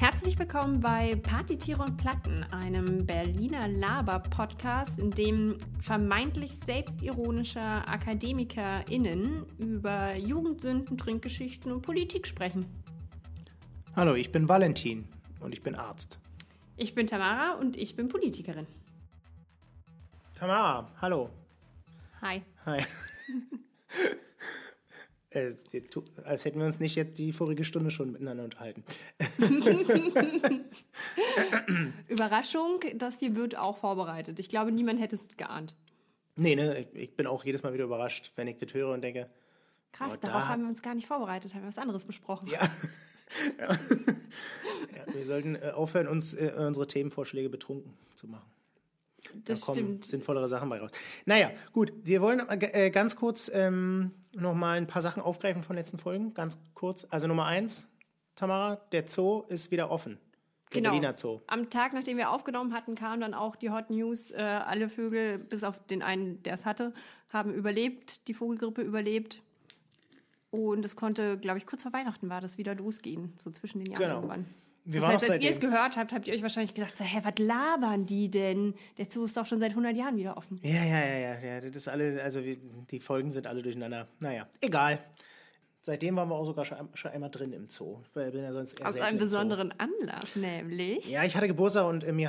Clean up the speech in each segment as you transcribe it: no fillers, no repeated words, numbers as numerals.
Herzlich willkommen bei Partytiere und Platten, einem Berliner Laber-Podcast, in dem vermeintlich selbstironische AkademikerInnen über Jugendsünden, Trinkgeschichten und Politik sprechen. Hallo, ich bin Valentin und ich bin Arzt. Ich bin Tamara und ich bin Politikerin. Tamara, hallo. Hi. Hi. Als hätten wir uns nicht jetzt die vorige Stunde schon miteinander unterhalten. Überraschung, das hier wird auch vorbereitet. Ich glaube, niemand hätte es geahnt. Nee, ne, ich bin auch jedes Mal wieder überrascht, wenn ich das höre und denke... Krass, darauf haben wir uns gar nicht vorbereitet, haben wir was anderes besprochen. Ja. Ja, wir sollten aufhören, uns unsere Themenvorschläge betrunken zu machen. Da kommen sinnvollere Sachen bei raus. Naja, gut, wir wollen ganz kurz noch mal ein paar Sachen aufgreifen von letzten Folgen. Ganz kurz. Also Nummer 1, Tamara, der Zoo ist wieder offen. Der Berliner Zoo. Am Tag, nachdem wir aufgenommen hatten, kam dann auch die Hot News. Alle Vögel, bis auf den einen, der es hatte, haben überlebt, die Vogelgrippe überlebt. Und es konnte, glaube ich, kurz vor Weihnachten war das wieder losgehen, so zwischen den Jahren irgendwann. Das heißt, als ihr es gehört habt, habt ihr euch wahrscheinlich gedacht, hä, was labern die denn? Der Zoo ist doch schon seit 100 Jahren wieder offen. Ja, das ist alle, also die Folgen sind alle durcheinander. Naja, egal. Seitdem waren wir auch sogar schon einmal drin im Zoo. Ich bin ja sonst eher aus einem besonderen Anlass, nämlich. Ja, ich hatte Geburtstag und mir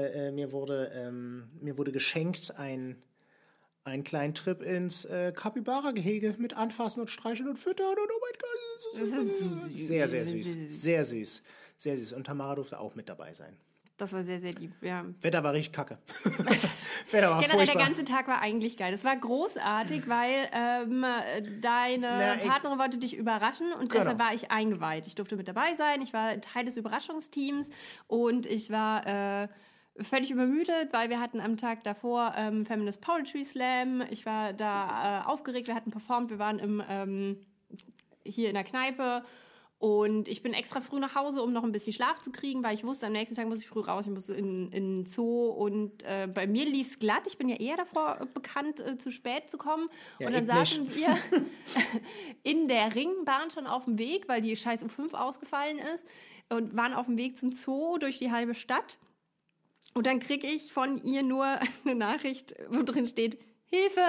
wurde geschenkt einen kleinen Trip ins Capybara-Gehege mit Anfassen und Streicheln und Füttern und oh mein Gott, das ist so süß. Sehr, sehr süß. Sehr süß. Sehr süß. Und Tamara durfte auch mit dabei sein. Das war sehr, sehr lieb, ja. Wetter war richtig kacke. Wetter war furchtbar. Der ganze Tag war eigentlich geil. Das war großartig, weil deine Partnerin wollte dich überraschen und deshalb war ich eingeweiht. Ich durfte mit dabei sein, ich war Teil des Überraschungsteams und ich war... völlig übermüdet, weil wir hatten am Tag davor Feminist Poetry Slam. Ich war da aufgeregt, wir hatten performt, wir waren hier in der Kneipe und ich bin extra früh nach Hause, um noch ein bisschen Schlaf zu kriegen, weil ich wusste, am nächsten Tag muss ich früh raus, ich muss in den Zoo und bei mir lief es glatt. Ich bin ja eher davor bekannt, zu spät zu kommen. Ja, und dann saßen wir in der Ringbahn schon auf dem Weg, weil die scheiß U5 ausgefallen ist und waren auf dem Weg zum Zoo durch die halbe Stadt. Und dann kriege ich von ihr nur eine Nachricht, wo drin steht, Hilfe!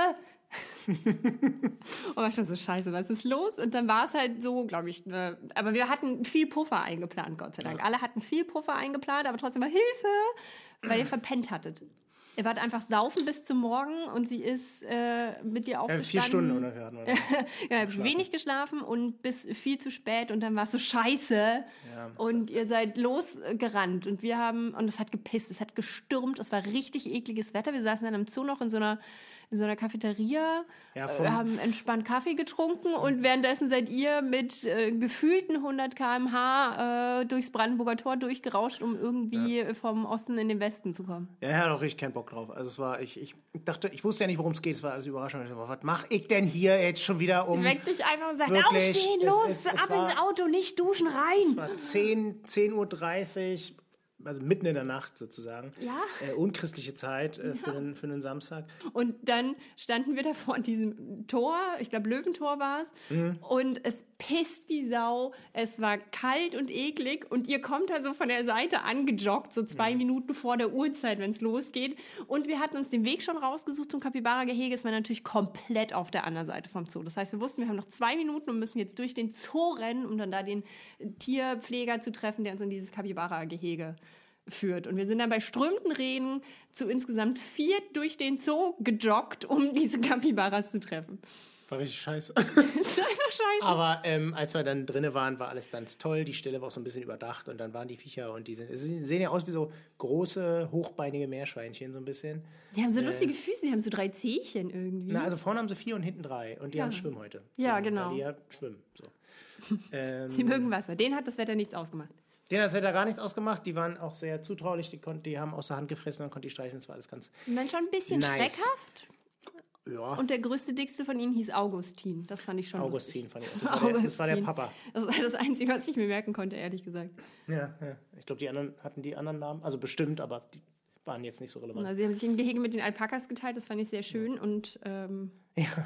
Und war schon so, scheiße, was ist los? Und dann war es halt so, glaube ich, aber wir hatten viel Puffer eingeplant, Gott sei Dank. Ja. Alle hatten viel Puffer eingeplant, aber trotzdem war Hilfe, weil ihr verpennt hattet. Ihr wart einfach saufen bis zum Morgen und sie ist mit dir aufgestanden. 4 Stunden ungefähr. Ja, wenig geschlafen und bis viel zu spät und dann war es so scheiße. Ja. Und ihr seid losgerannt und und es hat gepisst, es hat gestürmt, es war richtig ekliges Wetter. Wir saßen dann im Zoo noch in so einer Cafeteria, haben entspannt Kaffee getrunken und währenddessen seid ihr mit gefühlten 100 km/h durchs Brandenburger Tor durchgerauscht, um irgendwie vom Osten in den Westen zu kommen. Ja, ich hatte auch richtig keinen Bock drauf. Also es war, ich dachte, ich wusste ja nicht, worum es geht, es war alles Überraschend. Ich dachte, was mache ich denn hier jetzt schon wieder um... Weck dich einfach und sag, aufstehen, los, ab ins Auto, nicht duschen, rein. Es war 10:30 Uhr, also mitten in der Nacht sozusagen. Ja. Unchristliche Zeit für einen Samstag. Und dann standen wir da vor diesem Tor, ich glaube Löwentor war es, und es pisst wie Sau, es war kalt und eklig und ihr kommt da so von der Seite angejoggt, so 2 Minuten vor der Uhrzeit, wenn es losgeht. Und wir hatten uns den Weg schon rausgesucht zum Capybara-Gehege, es war natürlich komplett auf der anderen Seite vom Zoo. Das heißt, wir wussten, wir haben noch 2 Minuten und müssen jetzt durch den Zoo rennen, um dann da den Tierpfleger zu treffen, der uns in dieses Capybara-Gehege führt. Und wir sind dann bei strömenden Regen zu insgesamt 4 durch den Zoo gejoggt, um diese Capybaras zu treffen. War richtig scheiße. Das ist einfach scheiße. Aber als wir dann drinnen waren, war alles ganz toll. Die Stelle war auch so ein bisschen überdacht und dann waren die Viecher und sie sehen ja aus wie so große, hochbeinige Meerschweinchen so ein bisschen. Die haben so lustige Füße, die haben so 3 Zehchen irgendwie. Na, also vorne haben sie 4 und hinten 3 und die haben Schwimmhäute. Ja, genau. Weil die ja schwimmen. So. Sie mögen Wasser. Denen hat das Wetter nichts ausgemacht. Denen hat das Wetter gar nichts ausgemacht. Die waren auch sehr zutraulich. Die haben aus der Hand gefressen, dann konnte ich streicheln. Das war alles ganz und dann schon ein bisschen schreckhaft. Ja. Und der größte, dickste von ihnen hieß Augustin. Das fand ich schon Augustin lustig. fand ich. Das war der Papa. Das war das Einzige, was ich mir merken konnte, ehrlich gesagt. Ja. Ich glaube, die anderen hatten die anderen Namen. Also bestimmt, aber die waren jetzt nicht so relevant. Also sie haben sich im Gehege mit den Alpakas geteilt. Das fand ich sehr schön. Und da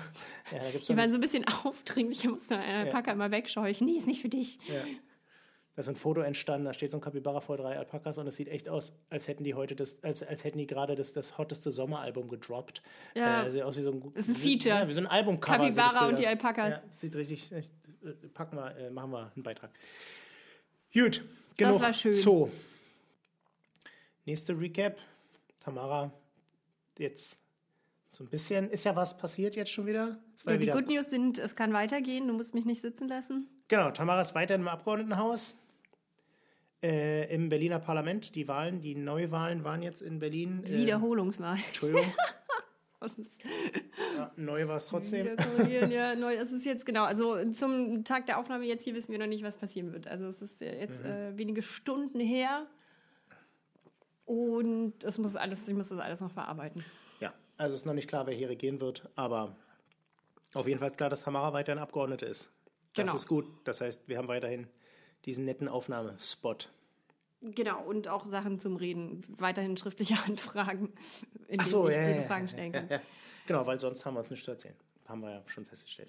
gibt's die waren so ein bisschen aufdringlich. Ich musste einen Alpaka immer wegscheuchen. Nee, ist nicht für dich. Ja. Da ist ein Foto entstanden, da steht so ein Kapibara vor 3 Alpakas und es sieht echt aus, als hätten die heute als hätten die gerade das hotteste Sommeralbum gedroppt. Ja. Sieht aus wie so ein, ist ein Feature. Ja, wie so ein Albumcover. Kapibara und die Alpakas. Ja, sieht richtig, machen wir einen Beitrag. Gut, genug das war schön. Zoo. Nächste Recap. Tamara, jetzt so ein bisschen, ist ja was passiert jetzt schon wieder? Ja, die Good News sind, es kann weitergehen, du musst mich nicht sitzen lassen. Genau, Tamara ist weiter im Abgeordnetenhaus. Im Berliner Parlament. Die Neuwahlen waren jetzt in Berlin. Wiederholungswahl. Entschuldigung. Ja, neu war es trotzdem. Ja, neu ist es jetzt, genau. Also zum Tag der Aufnahme jetzt hier wissen wir noch nicht, was passieren wird. Also es ist jetzt wenige Stunden her und ich muss das alles noch verarbeiten. Ja, also ist noch nicht klar, wer hier regieren wird, aber auf jeden Fall ist klar, dass Tamara weiterhin Abgeordnete ist. Das ist gut. Das heißt, wir haben weiterhin diesen netten Aufnahmespot. Genau, und auch Sachen zum Reden. Weiterhin schriftliche Anfragen, in denen ich Fragen stellen kann. Ja. Genau, weil sonst haben wir uns nichts zu erzählen. Haben wir ja schon festgestellt.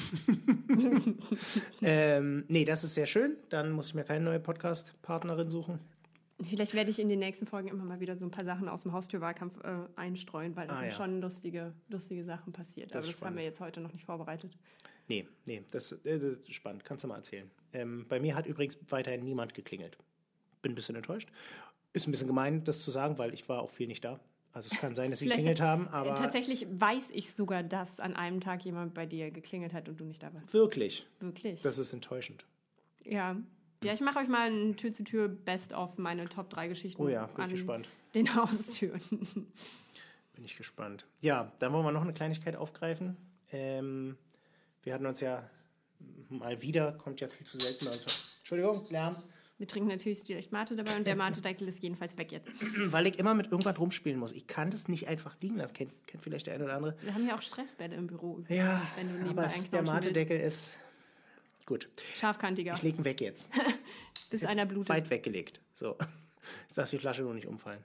Nee, das ist sehr schön. Dann muss ich mir keine neue Podcast-Partnerin suchen. Vielleicht werde ich in den nächsten Folgen immer mal wieder so ein paar Sachen aus dem Haustürwahlkampf einstreuen, weil da sind schon lustige Sachen passiert. Aber das haben wir jetzt heute noch nicht vorbereitet. Nee, das ist spannend. Kannst du mal erzählen. Bei mir hat übrigens weiterhin niemand geklingelt. Bin ein bisschen enttäuscht. Ist ein bisschen gemein, das zu sagen, weil ich war auch viel nicht da. Also es kann sein, dass sie geklingelt haben, aber... Tatsächlich weiß ich sogar, dass an einem Tag jemand bei dir geklingelt hat und du nicht da warst. Wirklich? Wirklich. Das ist enttäuschend. Ja, ich mache euch mal ein Tür-zu-Tür Best-of meine Top 3 Geschichten bin ich gespannt. Den Haustüren. Bin ich gespannt. Ja, dann wollen wir noch eine Kleinigkeit aufgreifen. Wir hatten uns ja mal wieder, kommt ja viel zu selten bei uns. Entschuldigung, Lärm. Wir trinken natürlich direkt Mate dabei und der Mate-Deckel ist jedenfalls weg jetzt. Weil ich immer mit irgendwas rumspielen muss. Ich kann das nicht einfach liegen lassen. Kennt vielleicht der eine oder andere. Wir haben ja auch Stressbälle im Büro. Ja, wenn du aber der Mate-Deckel ist gut. Scharfkantiger. Ich lege ihn weg jetzt. Bis einer blutet. Weit weggelegt. So. Jetzt darf die Flasche nur nicht umfallen.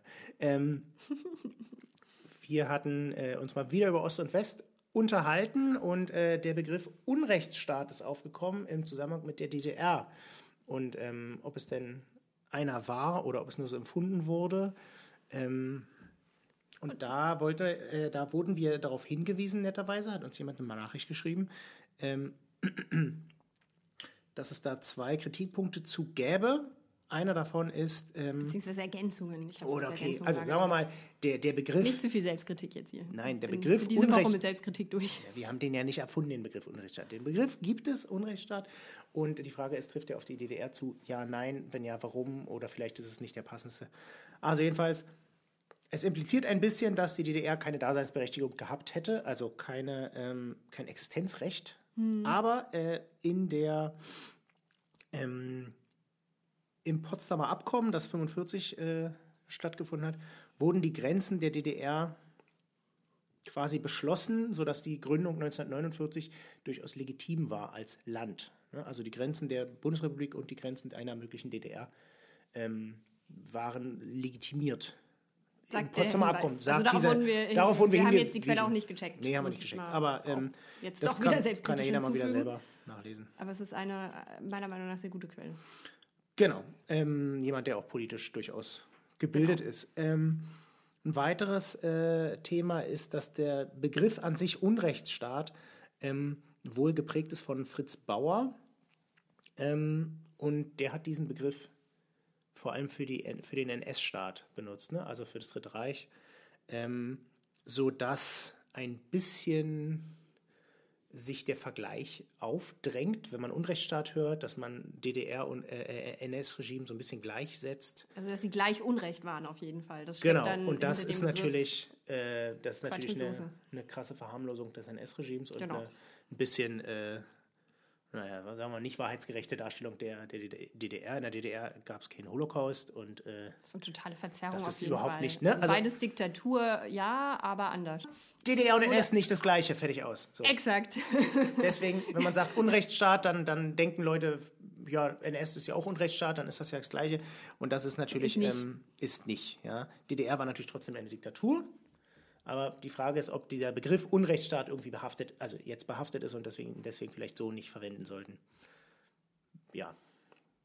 Wir hatten uns mal wieder über Ost und West unterhalten und der Begriff Unrechtsstaat ist aufgekommen im Zusammenhang mit der DDR. Und ob es denn einer war oder ob es nur so empfunden wurde. Und da wurden wir darauf hingewiesen, netterweise, hat uns jemand eine Nachricht geschrieben, dass es da 2 Kritikpunkte zu gäbe. Einer davon ist... beziehungsweise Ergänzungen. Oder okay, also sagen wir mal, der Begriff... Nicht zu viel Selbstkritik jetzt hier. Nein, der Begriff diese Woche mit Selbstkritik durch. Ja, wir haben den ja nicht erfunden, den Begriff Unrechtsstaat. Den Begriff gibt es, Unrechtsstaat. Und die Frage ist, trifft er auf die DDR zu? Ja, nein. Wenn ja, warum? Oder vielleicht ist es nicht der passendste. Also jedenfalls, es impliziert ein bisschen, dass die DDR keine Daseinsberechtigung gehabt hätte, also kein Existenzrecht. Aber im Potsdamer Abkommen, das 1945 stattgefunden hat, wurden die Grenzen der DDR quasi beschlossen, sodass die Gründung 1949 durchaus legitim war als Land. Also die Grenzen der Bundesrepublik und die Grenzen einer möglichen DDR waren legitimiert. Sagt im Potsdamer Abkommen. Also darauf wurden wir haben jetzt die Quelle auch nicht gecheckt. Nee, haben wir nicht gecheckt. Aber jetzt das doch wieder selbstkritisch kann ja jeder mal wieder selber nachlesen. Aber es ist eine, meiner Meinung nach, sehr gute Quelle. Genau. Jemand, der auch politisch durchaus gebildet ist. Ein weiteres Thema ist, dass der Begriff an sich Unrechtsstaat wohl geprägt ist von Fritz Bauer. Und der hat diesen Begriff vor allem für den NS-Staat benutzt, ne? Also für das Dritte Reich, sodass ein bisschen sich der Vergleich aufdrängt, wenn man Unrechtsstaat hört, dass man DDR und NS-Regime so ein bisschen gleichsetzt. Also dass sie gleich Unrecht waren auf jeden Fall. Das genau, dann und das ist natürlich eine krasse Verharmlosung des NS-Regimes und ein bisschen sagen wir mal, nicht wahrheitsgerechte Darstellung der DDR. In der DDR gab es keinen Holocaust und das ist eine totale Verzerrung das auf ist jeden überhaupt Fall. nicht. Ne? Also beides Diktatur, ja, aber anders. DDR und NS nicht das Gleiche, fertig aus. So. Exakt. Deswegen, wenn man sagt Unrechtsstaat, dann denken Leute, ja, NS ist ja auch Unrechtsstaat, dann ist das ja das Gleiche. Und das ist natürlich ist nicht. Ja. DDR war natürlich trotzdem eine Diktatur. Aber die Frage ist, ob dieser Begriff Unrechtsstaat irgendwie behaftet ist und deswegen vielleicht so nicht verwenden sollten. Ja,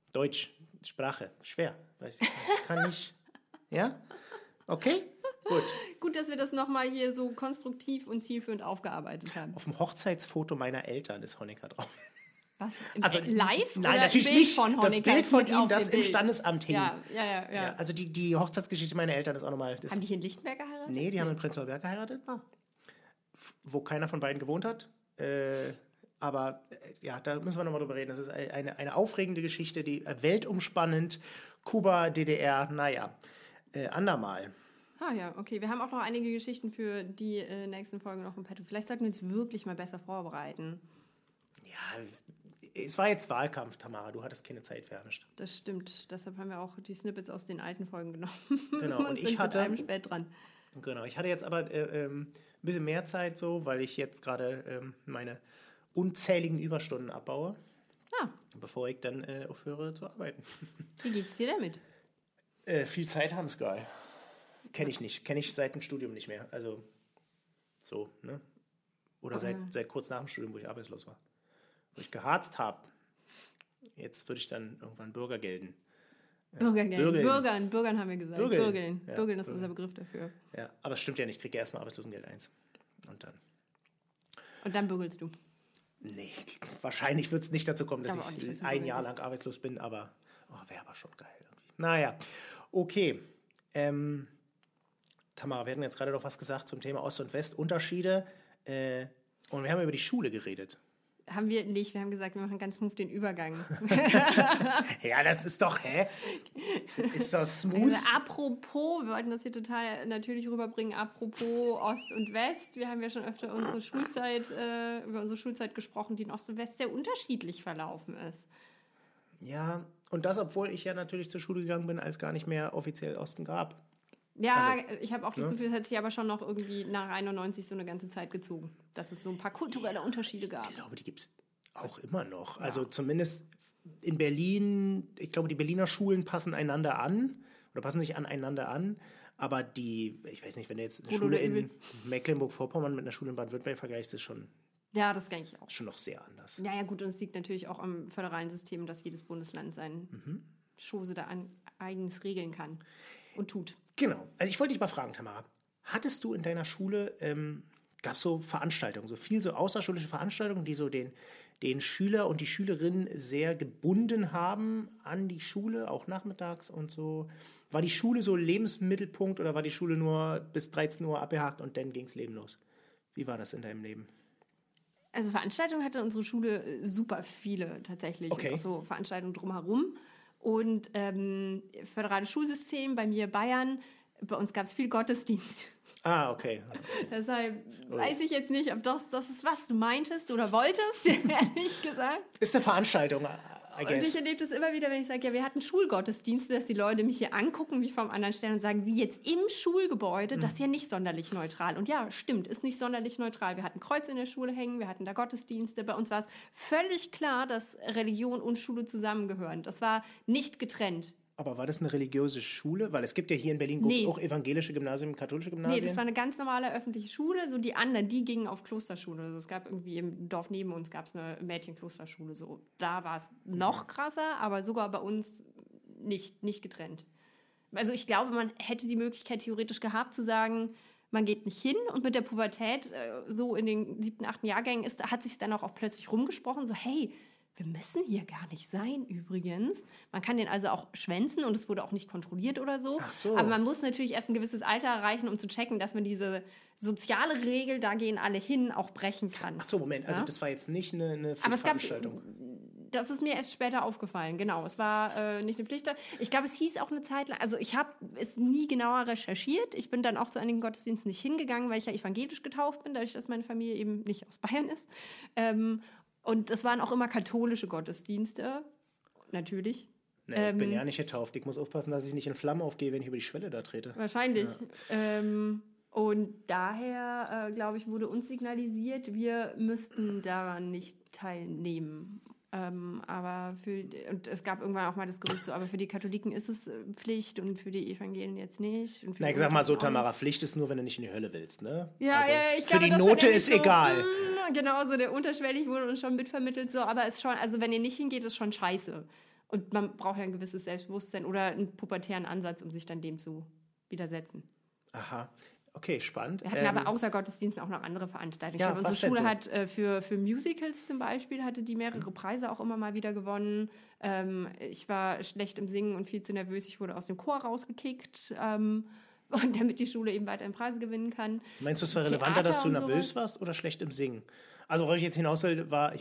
Deutsch, Sprache, schwer. Weiß ich kann nicht. Ja? Okay? Gut. Gut, dass wir das nochmal hier so konstruktiv und zielführend aufgearbeitet haben. Auf dem Hochzeitsfoto meiner Eltern ist Honecker drauf. Was? Also live? Nein, oder natürlich Bild nicht. Von Honecker das Bild von ihm, das im Bild. Standesamt hing. Ja. Also die Hochzeitsgeschichte meiner Eltern ist auch nochmal... Haben die hier in Lichtenberg geheiratet? Nee, die haben in Prenzlauer Berg geheiratet. Wo keiner von beiden gewohnt hat. Aber da müssen wir nochmal drüber reden. Das ist eine aufregende Geschichte, die weltumspannend. Kuba, DDR, andermal. Ah ja, okay. Wir haben auch noch einige Geschichten für die nächsten Folgen noch im Petto. Vielleicht sollten wir uns wirklich mal besser vorbereiten. Ja, es war jetzt Wahlkampf, Tamara. Du hattest keine Zeit für nichts. Das stimmt. Deshalb haben wir auch die Snippets aus den alten Folgen genommen. Genau. Und ich hatte... mit einem spät dran. Genau. Ich hatte jetzt aber ein bisschen mehr Zeit so, weil ich jetzt gerade meine unzähligen Überstunden abbaue. Bevor ich dann aufhöre zu arbeiten. Wie geht's dir damit? Viel Zeit haben, Sky. Kenne ich nicht. Kenne ich seit dem Studium nicht mehr. Also so, ne? Oder seit kurz nach dem Studium, wo ich arbeitslos war. Wo ich geharzt habe. Jetzt würde ich dann irgendwann Bürger gelten. Bürgern haben wir gesagt. Bürgeln. Ja, Bürgeln ist unser Begriff dafür. Ja, aber es stimmt ja nicht. Ich kriege ja erstmal Arbeitslosengeld 1. Und dann bürgelst du? Nee, wahrscheinlich wird es nicht dazu kommen, dass ich ein Jahr lang arbeitslos bin, aber wäre aber schon geil irgendwie. Naja, okay. Tamara, wir hatten jetzt gerade noch was gesagt zum Thema Ost und West, Unterschiede. Und wir haben über die Schule geredet. Haben wir nicht. Wir haben gesagt, wir machen ganz smooth den Übergang. Ja, das ist doch, ist doch smooth. Also, apropos, wir wollten das hier total natürlich rüberbringen, apropos Ost und West. Wir haben ja schon öfter über unsere Schulzeit gesprochen, die in Ost und West sehr unterschiedlich verlaufen ist. Ja, und das, obwohl ich ja natürlich zur Schule gegangen bin, als gar nicht mehr offiziell Osten gab. Ja, ich habe auch das Gefühl, es hat sich aber schon noch irgendwie nach 91 so eine ganze Zeit gezogen, dass es so ein paar kulturelle Unterschiede gab. Ich glaube, die gibt es auch immer noch. Ja. Also zumindest in Berlin, ich glaube, die Berliner Schulen passen einander an oder passen sich aneinander an. Aber ich weiß nicht, wenn du jetzt eine Schule in Mecklenburg-Vorpommern mit einer Schule in Baden-Württemberg vergleichst, ist schon... Ja, das denke ich auch. Schon noch sehr anders. Ja, gut, und es liegt natürlich auch am föderalen System, dass jedes Bundesland seinen Chose da eigens regeln kann und tut. Genau. Also ich wollte dich mal fragen, Tamara. Hattest du in deiner Schule, gab es so Veranstaltungen, so außerschulische Veranstaltungen, die so den Schüler und die Schülerinnen sehr gebunden haben an die Schule, auch nachmittags und so? War die Schule so Lebensmittelpunkt oder war die Schule nur bis 13 Uhr abgehakt und dann ging es Leben los? Wie war das in deinem Leben? Also Veranstaltungen hatte unsere Schule super viele tatsächlich. Okay. Und auch so Veranstaltungen drumherum. Und föderales Schulsystem, bei mir Bayern, bei uns gab es viel Gottesdienst. Ah, okay. Deshalb weiß ich jetzt nicht, ob das ist, was du meintest oder wolltest, ehrlich gesagt. Ist eine Veranstaltung, I guess. Und ich erlebe das immer wieder, wenn ich sage, ja, wir hatten Schulgottesdienste, dass die Leute mich hier angucken, wie vom anderen Stern und sagen, wie jetzt im Schulgebäude, das ist ja nicht sonderlich neutral. Und ja, stimmt, ist nicht sonderlich neutral. Wir hatten Kreuz in der Schule hängen, wir hatten da Gottesdienste. Bei uns war es völlig klar, dass Religion und Schule zusammengehören. Das war nicht getrennt. Aber war das eine religiöse Schule? Weil es gibt ja hier in Berlin auch evangelische Gymnasien, katholische Gymnasien. Nee, das war eine ganz normale öffentliche Schule. So die anderen, die gingen auf Klosterschule. Also es gab irgendwie im Dorf neben uns gab es eine Mädchenklosterschule. So, da war es noch krasser, aber sogar bei uns nicht getrennt. Also ich glaube, man hätte die Möglichkeit theoretisch gehabt zu sagen, man geht nicht hin. Und mit der Pubertät, so in den 7., 8. Jahrgängen, hat sich dann auch plötzlich rumgesprochen, so hey, wir müssen hier gar nicht sein übrigens. Man kann den also auch schwänzen und es wurde auch nicht kontrolliert oder so. Ach so. Aber man muss natürlich erst ein gewisses Alter erreichen, um zu checken, dass man diese soziale Regel, da gehen alle hin, auch brechen kann. Ach so, Moment. Also das war jetzt nicht eine Pflichtveranstaltung. Das ist mir erst später aufgefallen, genau. Es war nicht eine Pflicht. Ich glaube, es hieß auch eine Zeit lang, also ich habe es nie genauer recherchiert. Ich bin dann auch zu einigen Gottesdiensten nicht hingegangen, weil ich ja evangelisch getauft bin, dadurch, dass meine Familie eben nicht aus Bayern ist. Und es waren auch immer katholische Gottesdienste, natürlich. Nee, ich bin ja nicht getauft. Ich muss aufpassen, dass ich nicht in Flammen aufgehe, wenn ich über die Schwelle da trete. Wahrscheinlich. Ja. Und daher, glaube ich, wurde uns signalisiert, wir müssten daran nicht teilnehmen. Aber und es gab irgendwann auch mal das Gerücht so, aber für die Katholiken ist es Pflicht und für die Evangelien jetzt nicht. Und ich sag mal so, Tamara, Pflicht ist nur, wenn du nicht in die Hölle willst, ne? Ja, also, ich für glaube, die Note ist so, egal. Genau, so der unterschwellig wurde uns schon mitvermittelt, so, aber es schon, also wenn ihr nicht hingeht, ist schon scheiße. Und man braucht ja ein gewisses Selbstbewusstsein oder einen pubertären Ansatz, um sich dann dem zu widersetzen. Aha. Okay, spannend. Wir hatten aber außer Gottesdiensten auch noch andere Veranstaltungen. Ja, unsere Schule hat für Musicals zum Beispiel, hatte die mehrere Preise auch immer mal wieder gewonnen. Ich war schlecht im Singen und viel zu nervös. Ich wurde aus dem Chor rausgekickt, und damit die Schule eben weiterhin Preise gewinnen kann. Meinst du, es war relevanter, dass du nervös warst oder schlecht im Singen? Also, worauf ich jetzt hinaus will, war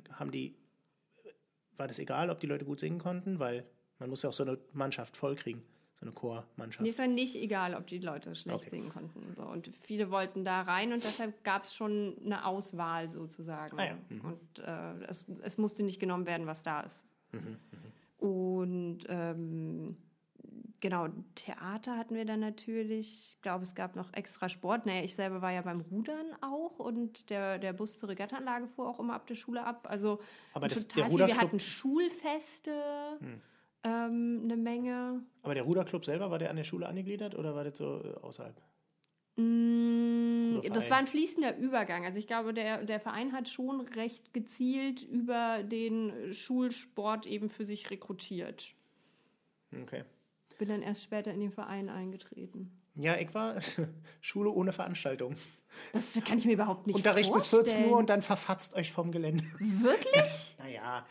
das egal, ob die Leute gut singen konnten? Weil man muss ja auch so eine Mannschaft vollkriegen. So eine Chormannschaft. Mir ist ja nicht egal, ob die Leute schlecht singen konnten. So. Und viele wollten da rein und deshalb gab es schon eine Auswahl sozusagen. Und es musste nicht genommen werden, was da ist. Und genau, Theater hatten wir dann natürlich. Ich glaube, es gab noch extra Sport. Naja, ich selber war ja beim Rudern auch und der Bus zur Regattaanlage fuhr auch immer ab der Schule ab. Also aber total viel. Wir hatten Schulfeste. Eine Menge. Aber der Ruderclub selber, war der an der Schule angegliedert oder war das so außerhalb? Das war ein fließender Übergang. Also ich glaube, der Verein hat schon recht gezielt über den Schulsport eben für sich rekrutiert. Okay. Bin dann erst später in den Verein eingetreten. Ja, ich war Schule ohne Veranstaltung. Das kann ich mir überhaupt nicht Unterricht vorstellen. bis 14 Uhr und dann verfatzt euch vom Gelände. Wirklich? Naja,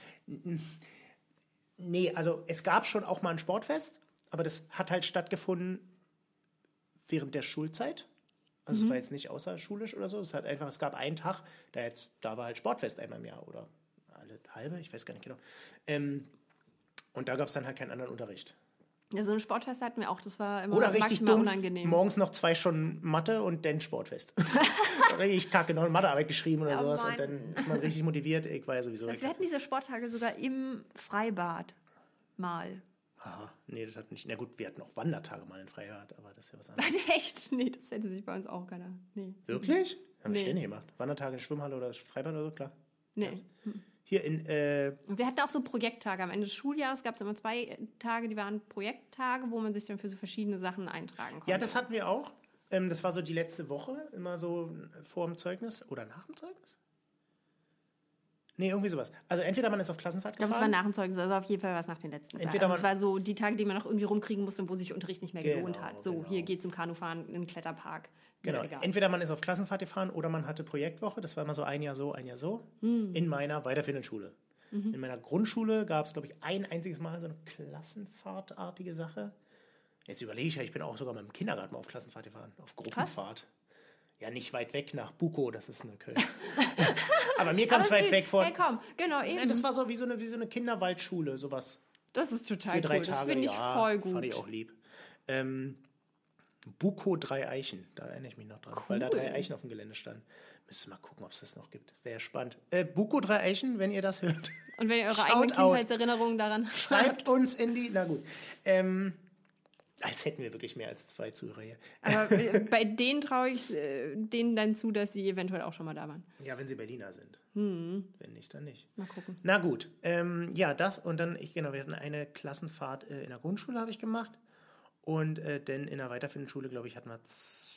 nee, also es gab schon auch mal ein Sportfest, aber das hat halt stattgefunden während der Schulzeit. Also es war jetzt nicht außerschulisch oder so. Es gab einen Tag, da war halt Sportfest einmal im Jahr oder alle halbe, ich weiß gar nicht genau. Und da gab es dann halt keinen anderen Unterricht. Ja, so ein Sportfest hatten wir auch, das war immer oder richtig maximal dumm, unangenehm. Morgens noch 2 Stunden Mathe und dann Sportfest. Richtig kacke, noch eine Mathearbeit geschrieben oder sowas. Mann. Und dann ist man richtig motiviert. Ich war ja sowieso wir hatten diese Sporttage sogar im Freibad mal. Aha, nee, das hat nicht. Na gut, wir hatten auch Wandertage mal in Freibad, aber das ist ja was anderes. Echt? Nee, das hätte sich bei uns auch keiner. Nee. Wirklich? Haben wir ständig gemacht. Wandertage in Schwimmhalle oder Freibad oder so, klar. Nee. Hier in. Und wir hatten auch so Projekttage. Am Ende des Schuljahres gab es immer 2 Tage, die waren Projekttage, wo man sich dann für so verschiedene Sachen eintragen konnte. Ja, das hatten wir auch. Das war so die letzte Woche, immer so vor dem Zeugnis oder nach dem Zeugnis? Nee, irgendwie sowas. Also entweder man ist auf Klassenfahrt gefahren. Ich glaube, es war nach dem Zeugnis, also auf jeden Fall war es nach den letzten Jahren. Also es war so die Tage, die man noch irgendwie rumkriegen musste und wo sich Unterricht nicht mehr gelohnt hat. So, hier geht zum Kanufahren in den Kletterpark. Genau, entweder man ist auf Klassenfahrt gefahren oder man hatte Projektwoche. Das war immer so ein Jahr so, ein Jahr so. In meiner weiterführenden Schule. In meiner Grundschule gab es, glaube ich, ein einziges Mal so eine Klassenfahrtartige Sache. Jetzt überlege ich ja, ich bin auch sogar mit dem Kindergarten mal auf Klassenfahrt gefahren. Auf Gruppenfahrt. Krass. Ja, nicht weit weg nach Bukow, das ist in Köln. Aber mir kam es weit weg von. Hey, komm, genau, eben. Das war so wie so eine Kinderwaldschule, sowas. Das ist total cool. 3 Tage, das finde ich voll gut. Fand ich auch lieb. Bukow 3 Eichen, da erinnere ich mich noch dran, cool. Weil da 3 Eichen auf dem Gelände standen. Müssen wir mal gucken, ob es das noch gibt. Wäre spannend. Bukow 3 Eichen, wenn ihr das hört. Und wenn ihr eure eigenen Kindheitserinnerungen daran schreibt uns in die. Na gut. Als hätten wir wirklich mehr als 2 Zuhörer hier. Aber bei denen traue ich denen dann zu, dass sie eventuell auch schon mal da waren. Ja, wenn sie Berliner sind. Wenn nicht, dann nicht. Mal gucken. Na gut. Ja, das und dann, wir hatten eine Klassenfahrt in der Grundschule, habe ich gemacht. Und dann in der weiterführenden Schule, glaube ich, hatten wir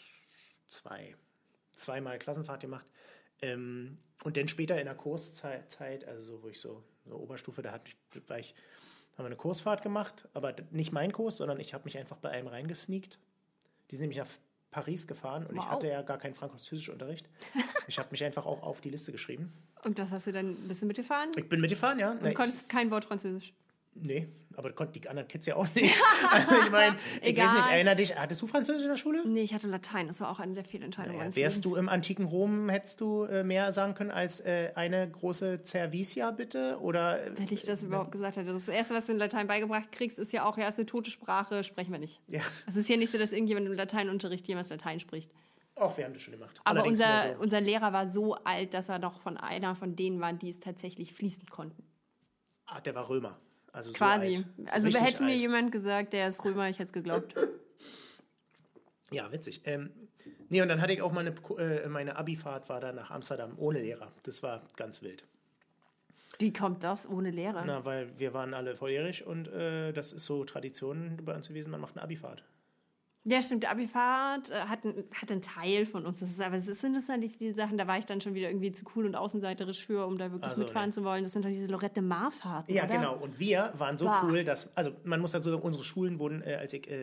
2-mal Klassenfahrt gemacht. Und dann später in der Kurszeit, also so, wo ich so Oberstufe, da haben wir eine Kursfahrt gemacht, aber nicht mein Kurs, sondern ich habe mich einfach bei einem reingesneakt. Die sind nämlich nach Paris gefahren und ich hatte ja gar keinen Französischunterricht. Ich habe mich einfach auch auf die Liste geschrieben. Und was hast du dann? Bist du mitgefahren? Ich bin mitgefahren, ja. Und konntest kein Wort Französisch? Nee, aber das konnten die anderen Kids ja auch nicht. Also ich meine, ich weiß nicht, hattest du Französisch in der Schule? Nee, ich hatte Latein, das war auch eine der Fehlentscheidungen. Wärst du im antiken Rom, hättest du mehr sagen können als eine große Servicia, bitte? Oder wenn ich das überhaupt gesagt hätte. Das Erste, was du in Latein beigebracht kriegst, ist ja auch, ist eine tote Sprache, sprechen wir nicht. Ja. Es ist ja nicht so, dass irgendjemand im Lateinunterricht jemals Latein spricht. Auch wir haben das schon gemacht. Aber unser Lehrer war so alt, dass er noch von einer von denen war, die es tatsächlich fließend konnten. Ah, der war Römer. Also quasi. So alt. Also hätte mir jemand gesagt, der ist Römer, ich hätte es geglaubt. Ja, witzig. Nee, und dann hatte ich auch meine Abifahrt war da nach Amsterdam ohne Lehrer. Das war ganz wild. Wie kommt das ohne Lehrer? Na, weil wir waren alle volljährig und das ist so Tradition bei uns gewesen, man macht eine Abifahrt. Ja, stimmt. Abifahrt hat einen Teil von uns. Aber es sind das halt diese Sachen, da war ich dann schon wieder irgendwie zu cool und außenseiterisch für, um da wirklich mitfahren zu wollen. Das sind halt diese Lorette-Mar-Fahrten, Ja, oder? Genau. Und wir waren so cool, dass, also man muss dazu sagen, unsere Schulen wurden, als ich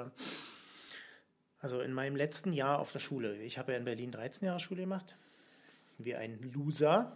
also in meinem letzten Jahr auf der Schule, ich habe ja in Berlin 13 Jahre Schule gemacht, wie ein Loser.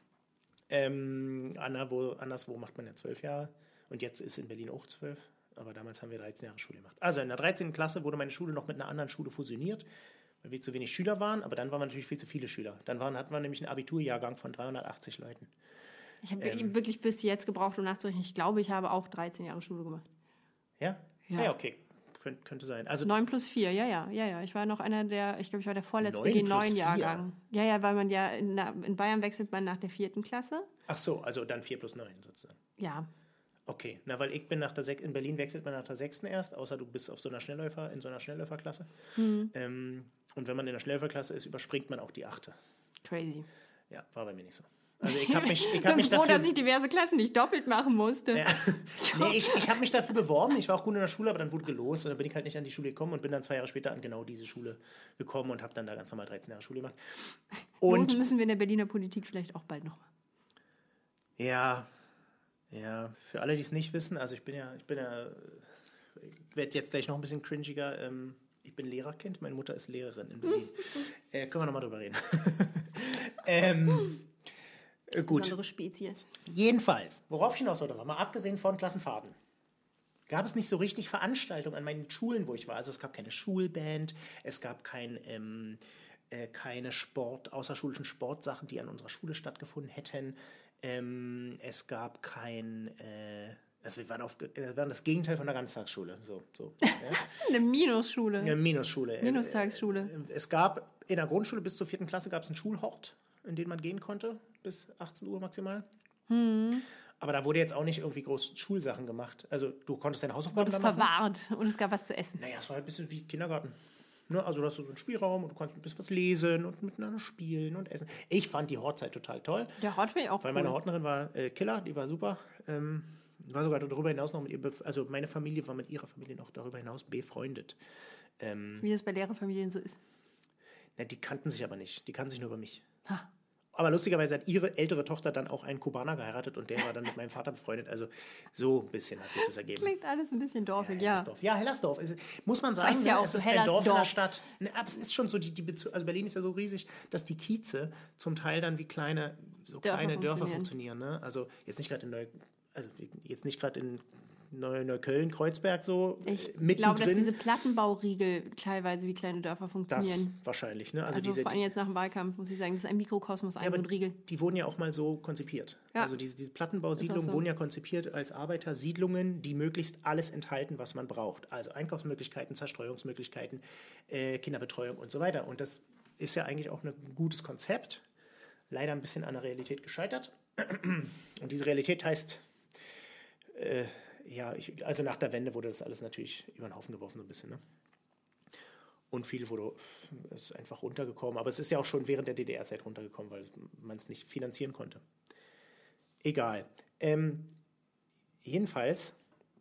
Anderswo macht man ja 12 Jahre und jetzt ist in Berlin auch 12. Aber damals haben wir 13 Jahre Schule gemacht. Also in der 13. Klasse wurde meine Schule noch mit einer anderen Schule fusioniert, weil wir zu wenig Schüler waren, aber dann waren wir natürlich viel zu viele Schüler. Dann hatten wir nämlich einen Abiturjahrgang von 380 Leuten. Ich habe wirklich bis jetzt gebraucht, um nachzurechnen. Ich glaube, ich habe auch 13 Jahre Schule gemacht. Ja? Ja, okay. Könnte sein. Also 9 plus 4, ja. Ich war noch ich glaube, ich war der vorletzte G9-Jahrgang. Ja, weil man ja in Bayern wechselt man nach der 4. Klasse. Ach so, also dann 4 plus 9 sozusagen. Ja. Okay, weil ich bin in Berlin wechselt man nach der 6. erst, außer du bist in so einer Schnellläuferklasse. Und wenn man in der Schnellläuferklasse ist, überspringt man auch die 8. Crazy. Ja, war bei mir nicht so. Also ich habe mich froh, dass ich diverse Klassen nicht doppelt machen musste. Ja. Nee, ich habe mich dafür beworben. Ich war auch gut in der Schule, aber dann wurde gelost und dann bin ich halt nicht an die Schule gekommen und bin dann 2 Jahre später an genau diese Schule gekommen und habe dann da ganz normal 13 Jahre Schule gemacht. Losen müssen wir in der Berliner Politik vielleicht auch bald noch mal. Ja, für alle, die es nicht wissen, also ich werde jetzt gleich noch ein bisschen cringiger. Ich bin Lehrerkind, meine Mutter ist Lehrerin in Berlin. Können wir nochmal drüber reden. Gut. Besondere Spezies. Jedenfalls, worauf ich hinaus wollte, war mal abgesehen von Klassenfahrten, gab es nicht so richtig Veranstaltungen an meinen Schulen, wo ich war. Also es gab keine Schulband, es gab keine außerschulischen Sportsachen, die an unserer Schule stattgefunden hätten. Es gab wir waren das Gegenteil von der Ganztagsschule. So, ja. Eine Minusschule. Eine Minusschule. Minustagsschule. Es gab in der Grundschule bis zur 4. Klasse gab es einen Schulhort, in den man gehen konnte, bis 18 Uhr maximal. Aber da wurde jetzt auch nicht irgendwie groß Schulsachen gemacht. Also du konntest deine Hausaufgaben machen. Verwahrt und es gab was zu essen. Naja, es war ein bisschen wie Kindergarten. Ne? Also du hast so einen Spielraum und du kannst ein bisschen was lesen und miteinander spielen und essen. Ich fand die Hortzeit total toll. Der Hort finde ich auch weil meine Hortnerin war Killer, die war super. War sogar darüber hinaus noch mit ihr, also meine Familie war mit ihrer Familie noch darüber hinaus befreundet. Wie das bei Lehrerfamilien so ist. Na, die kannten sich aber nicht. Die kannten sich nur über mich. Ha. Aber lustigerweise hat ihre ältere Tochter dann auch einen Kubaner geheiratet und der war dann mit meinem Vater befreundet. Also so ein bisschen hat sich das ergeben. Klingt alles ein bisschen dorfig, ja. Hellersdorf. Muss man sagen, ja auch es ist ein Dorf in der Stadt. Aber es ist schon so, also Berlin ist ja so riesig, dass die Kieze zum Teil dann wie kleine Dörfer funktionieren. Ne? Also jetzt nicht gerade in Neukölln, Kreuzberg so mittendrin. Ich glaube, dass diese Plattenbauriegel teilweise wie kleine Dörfer funktionieren. Das wahrscheinlich. Ne? Also vor allem jetzt nach dem Wahlkampf, muss ich sagen, das ist ein Mikrokosmos, so ein Riegel. Die wurden ja auch mal so konzipiert. Ja. Also diese Plattenbausiedlungen wurden ja konzipiert als Arbeitersiedlungen, die möglichst alles enthalten, was man braucht. Also Einkaufsmöglichkeiten, Zerstreuungsmöglichkeiten, Kinderbetreuung und so weiter. Und das ist ja eigentlich auch ein gutes Konzept. Leider ein bisschen an der Realität gescheitert. Und diese Realität heißt... also nach der Wende wurde das alles natürlich über den Haufen geworfen, so ein bisschen. Ne? Und viel ist einfach runtergekommen. Aber es ist ja auch schon während der DDR-Zeit runtergekommen, weil man es nicht finanzieren konnte. Egal. Jedenfalls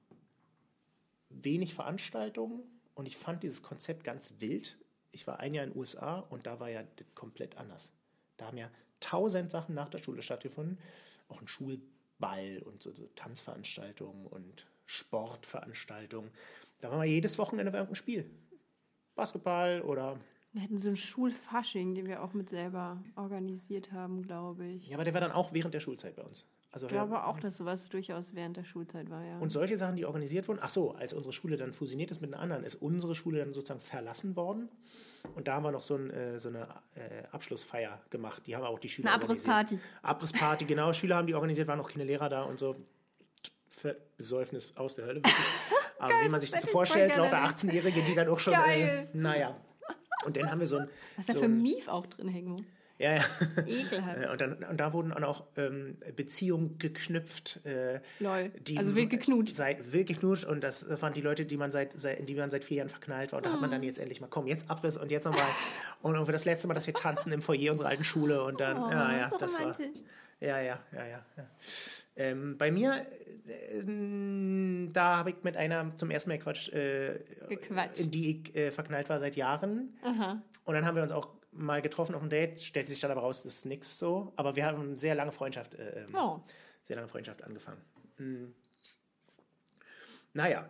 wenig Veranstaltungen und ich fand dieses Konzept ganz wild. Ich war ein Jahr in den USA und da war ja das komplett anders. Da haben ja 1000 Sachen nach der Schule stattgefunden. Auch ein Schulball und so Tanzveranstaltungen und Sportveranstaltungen. Da waren wir jedes Wochenende bei irgendeinem Spiel. Basketball oder... Wir hatten so einen Schulfasching, den wir auch mit selber organisiert haben, glaube ich. Ja, aber der war dann auch während der Schulzeit bei uns. Also ich glaube auch, dass sowas durchaus während der Schulzeit war, ja. Und solche Sachen, die organisiert wurden, als unsere Schule dann fusioniert ist mit einer anderen, ist unsere Schule dann sozusagen verlassen worden. Und da haben wir noch so eine Abschlussfeier gemacht. Die haben auch die Schüler Abrissparty. Abrissparty, genau. Schüler haben die organisiert, waren auch keine Lehrer da und so. Besäufnis aus der Hölle, wirklich. Aber wie man sich das so vorstellt, lauter 18-Jährige, die dann auch schon... naja. Und dann haben wir so ein... Was ist da für Mief auch drin hängen? Ja, ja. Ekelhaft. Und da wurden auch Beziehungen geknüpft. Lol. Also wild geknutscht. Wild geknutscht. Und das waren die Leute, in die man seit 4 Jahren verknallt war. Und da hat man dann jetzt endlich mal, komm, jetzt Abriss und jetzt nochmal. Und für das letzte Mal, dass wir tanzen im Foyer unserer alten Schule. Und dann, das war. Ja. Bei mir, da habe ich mit einer zum ersten Mal gequatscht. In die ich verknallt war seit Jahren. Aha. Und dann haben wir uns auch mal getroffen auf ein Date, stellt sich dann aber raus, das ist nix so. Aber wir haben eine sehr lange Freundschaft angefangen. Naja.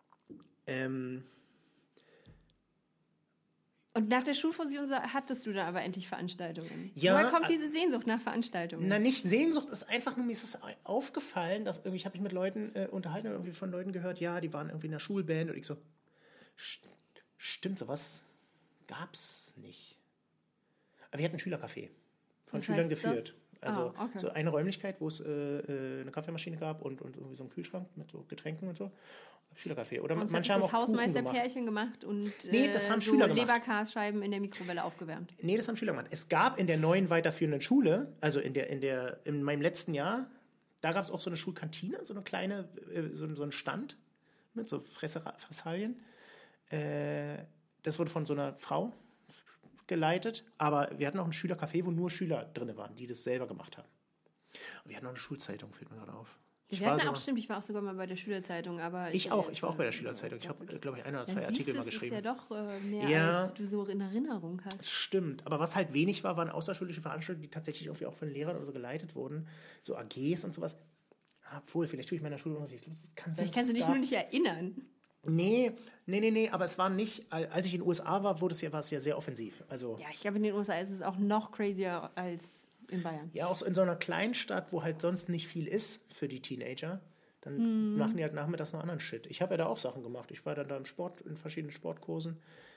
Und nach der Schulfusion hattest du da aber endlich Veranstaltungen. Ja. Woher kommt diese Sehnsucht nach Veranstaltungen? Na, nicht Sehnsucht, ist einfach nur, mir ist es aufgefallen, dass irgendwie, ich habe mich mit Leuten unterhalten und irgendwie von Leuten gehört, ja, die waren irgendwie in einer Schulband und ich so, stimmt, sowas gab's nicht. Aber wir hatten ein Schülercafé von Schülern geführt. Also so eine Räumlichkeit, wo es eine Kaffeemaschine gab und irgendwie so einen Kühlschrank mit so Getränken und so. Schülercafé. Oder und manche haben auch Hausmeisterpärchen gemacht und das haben Schüler gemacht. Leberkasscheiben in der Mikrowelle aufgewärmt. Nee, das haben Schüler gemacht. Es gab in der neuen weiterführenden Schule, also in meinem letzten Jahr, da gab es auch so eine Schulkantine, so eine kleine, so einen Stand mit so Fressalien. Das wurde von so einer Frau geleitet, aber wir hatten auch ein Schülercafé, wo nur Schüler drin waren, die das selber gemacht haben. Und wir hatten auch eine Schulzeitung, fällt mir gerade auf. Ich war auch sogar mal bei der Schülerzeitung, aber... Ich war auch bei der Schülerzeitung. Ich habe, glaube ich, 1 oder 2 Artikel mal geschrieben. Das ist ja doch mehr, als du so in Erinnerung hast. Das stimmt, aber was halt wenig war, waren außerschulische Veranstaltungen, die tatsächlich irgendwie auch von Lehrern oder so geleitet wurden, so AGs und sowas. Obwohl, vielleicht tue ich meiner Schule noch nicht. Vielleicht kannst du dich nur nicht erinnern. Nee, aber es war nicht, als ich in den USA war, war es ja sehr offensiv. Also, ja, ich glaube, in den USA ist es auch noch crazier als in Bayern. Ja, auch in so einer Kleinstadt, wo halt sonst nicht viel ist für die Teenager, dann machen die halt nachmittags noch anderen Shit. Ich habe ja da auch Sachen gemacht. Ich war dann da im Sport, in verschiedenen Sportkursen.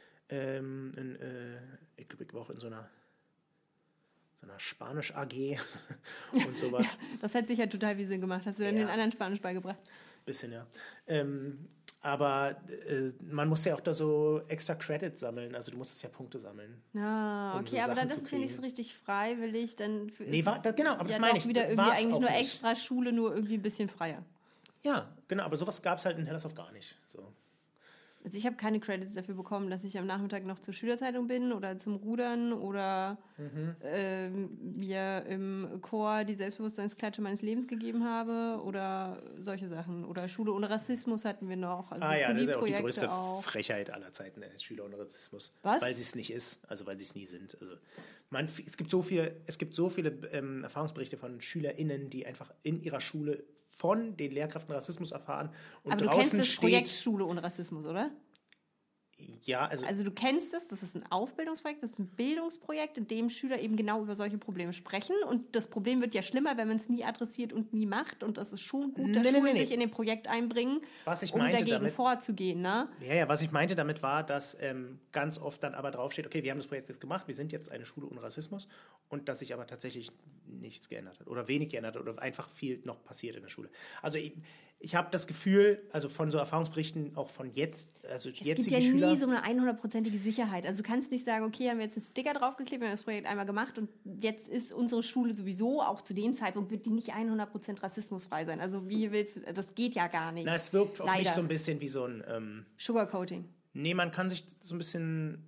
Ich glaube, ich war auch in so einer Spanisch-AG und sowas. Ja, das hat sicher total viel Sinn gemacht. Hast du dann den anderen Spanisch beigebracht? Bisschen, ja. Aber man muss ja auch da so extra Credits sammeln. Also du musstest ja Punkte sammeln. Okay, so aber dann ist es ja nicht so richtig freiwillig. Dann genau, aber das meine ich. Wieder irgendwie eigentlich nur extra Schule, nur irgendwie ein bisschen freier. Ja, genau, aber sowas gab es halt in Hellersdorf gar nicht. So. Also ich habe keine Credits dafür bekommen, dass ich am Nachmittag noch zur Schülerzeitung bin oder zum Rudern oder mir im Chor die Selbstbewusstseinsklatsche meines Lebens gegeben habe oder solche Sachen. Oder Schule ohne Rassismus hatten wir noch. Also das ist ja auch die größte Frechheit aller Zeiten, Schüler ohne Rassismus. Was? Weil sie es nicht ist, also weil sie es nie sind. Also es gibt so viele Erfahrungsberichte von SchülerInnen, die einfach in ihrer Schule von den Lehrkräften Rassismus erfahren und aber draußen du kennst das Projekt Schule ohne Rassismus, oder? Ja, also du kennst es, das ist ein Aufbildungsprojekt, das ist ein Bildungsprojekt, in dem Schüler eben genau über solche Probleme sprechen und das Problem wird ja schlimmer, wenn man es nie adressiert und nie macht und das ist schon gut, dass Schulen sich in dem Projekt einbringen, um dagegen vorzugehen, ne? Ja, was ich meinte damit war, dass ganz oft dann aber draufsteht, okay, wir haben das Projekt jetzt gemacht, wir sind jetzt eine Schule ohne Rassismus und dass sich aber tatsächlich nichts geändert hat oder wenig geändert hat oder einfach viel noch passiert in der Schule. Also ich habe das Gefühl, also von so Erfahrungsberichten auch von jetzt, also jetzige Schüler... Es gibt ja nie so eine 100%ige Sicherheit. Also du kannst nicht sagen, okay, haben wir jetzt einen Sticker draufgeklebt, wir haben das Projekt einmal gemacht und jetzt ist unsere Schule sowieso, auch zu dem Zeitpunkt, wird die nicht 100% rassismusfrei sein. Also wie willst du, das geht ja gar nicht. Na, es wirkt auf mich so ein bisschen wie so ein... Sugarcoating. Nee, man kann sich so ein bisschen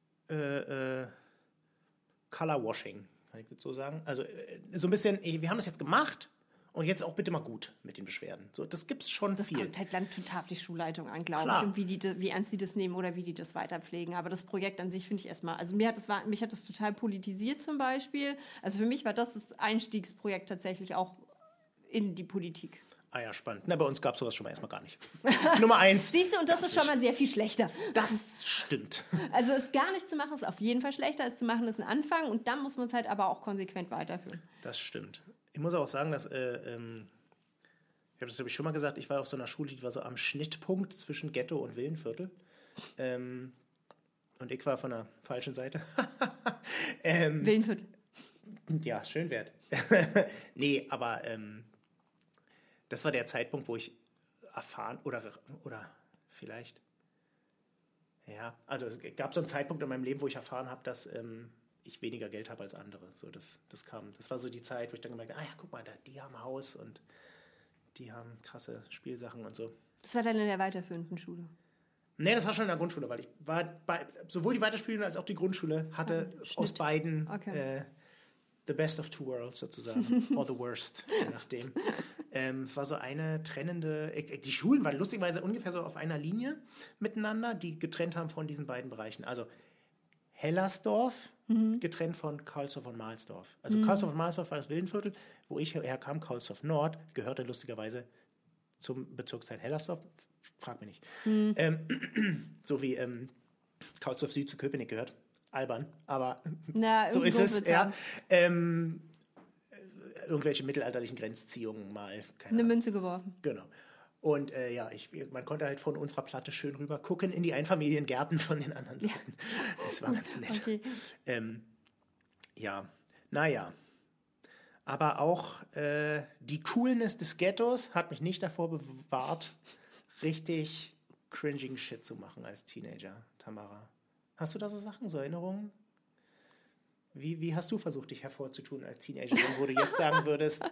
Colorwashing, kann ich das so sagen? Also so ein bisschen, wir haben das jetzt gemacht... Und jetzt auch bitte mal gut mit den Beschwerden. So, das gibt's schon viel. Das kommt halt dann total auf die Schulleitung an, glaube ich. Und wie ernst die das nehmen oder wie die das weiterpflegen. Aber das Projekt an sich finde ich erstmal, also mich hat das total politisiert zum Beispiel. Also für mich war das Einstiegsprojekt tatsächlich auch in die Politik. Ah ja, spannend. Na, bei uns gab es sowas schon mal erstmal gar nicht. Nummer 1. Siehst du, und das ist schon mal sehr viel schlechter. Das stimmt. Also es gar nicht zu machen, ist auf jeden Fall schlechter. Es zu machen, ist ein Anfang. Und dann muss man es halt aber auch konsequent weiterführen. Das stimmt. Ich muss auch sagen, dass, ich habe das, glaube ich, schon mal gesagt, ich war auf so einer Schule, die war so am Schnittpunkt zwischen Ghetto und Villenviertel. Und ich war von der falschen Seite. Villenviertel. Ja, schön wert. Nee, aber das war der Zeitpunkt, wo ich erfahren, oder vielleicht, ja, also es gab so einen Zeitpunkt in meinem Leben, wo ich erfahren habe, dass ich weniger Geld habe als andere. So, das war so die Zeit, wo ich dann gemerkt habe, guck mal, die haben ein Haus und die haben krasse Spielsachen und so. Das war dann in der weiterführenden Schule? Nee, das war schon in der Grundschule, weil ich war sowohl die Weiterführende als auch die Grundschule hatte aus beiden the best of two worlds sozusagen. Or the worst, je nachdem. Es war so eine trennende, die Schulen waren lustigerweise ungefähr so auf einer Linie miteinander, die getrennt haben von diesen beiden Bereichen. Also Hellersdorf getrennt von Karlsdorf und Mahlsdorf. Also Karlsdorf und Mahlsdorf war das Villenviertel, wo ich herkam. Karlsdorf Nord gehörte lustigerweise zum Bezirksteil Hellersdorf. Frag mich nicht. So wie Karlsdorf Süd zu Köpenick gehört. Albern, aber so ist es. Ja. Irgendwelche mittelalterlichen Grenzziehungen mal. Eine Münze geworfen. Genau. Und man konnte halt von unserer Platte schön rüber gucken in die Einfamiliengärten von den anderen Leuten. Das war ganz nett. Okay. Aber auch die Coolness des Ghettos hat mich nicht davor bewahrt, richtig cringing Shit zu machen als Teenager, Tamara. Hast du da so Sachen, so Erinnerungen? Wie hast du versucht, dich hervorzutun als Teenagerin, wo du jetzt sagen würdest,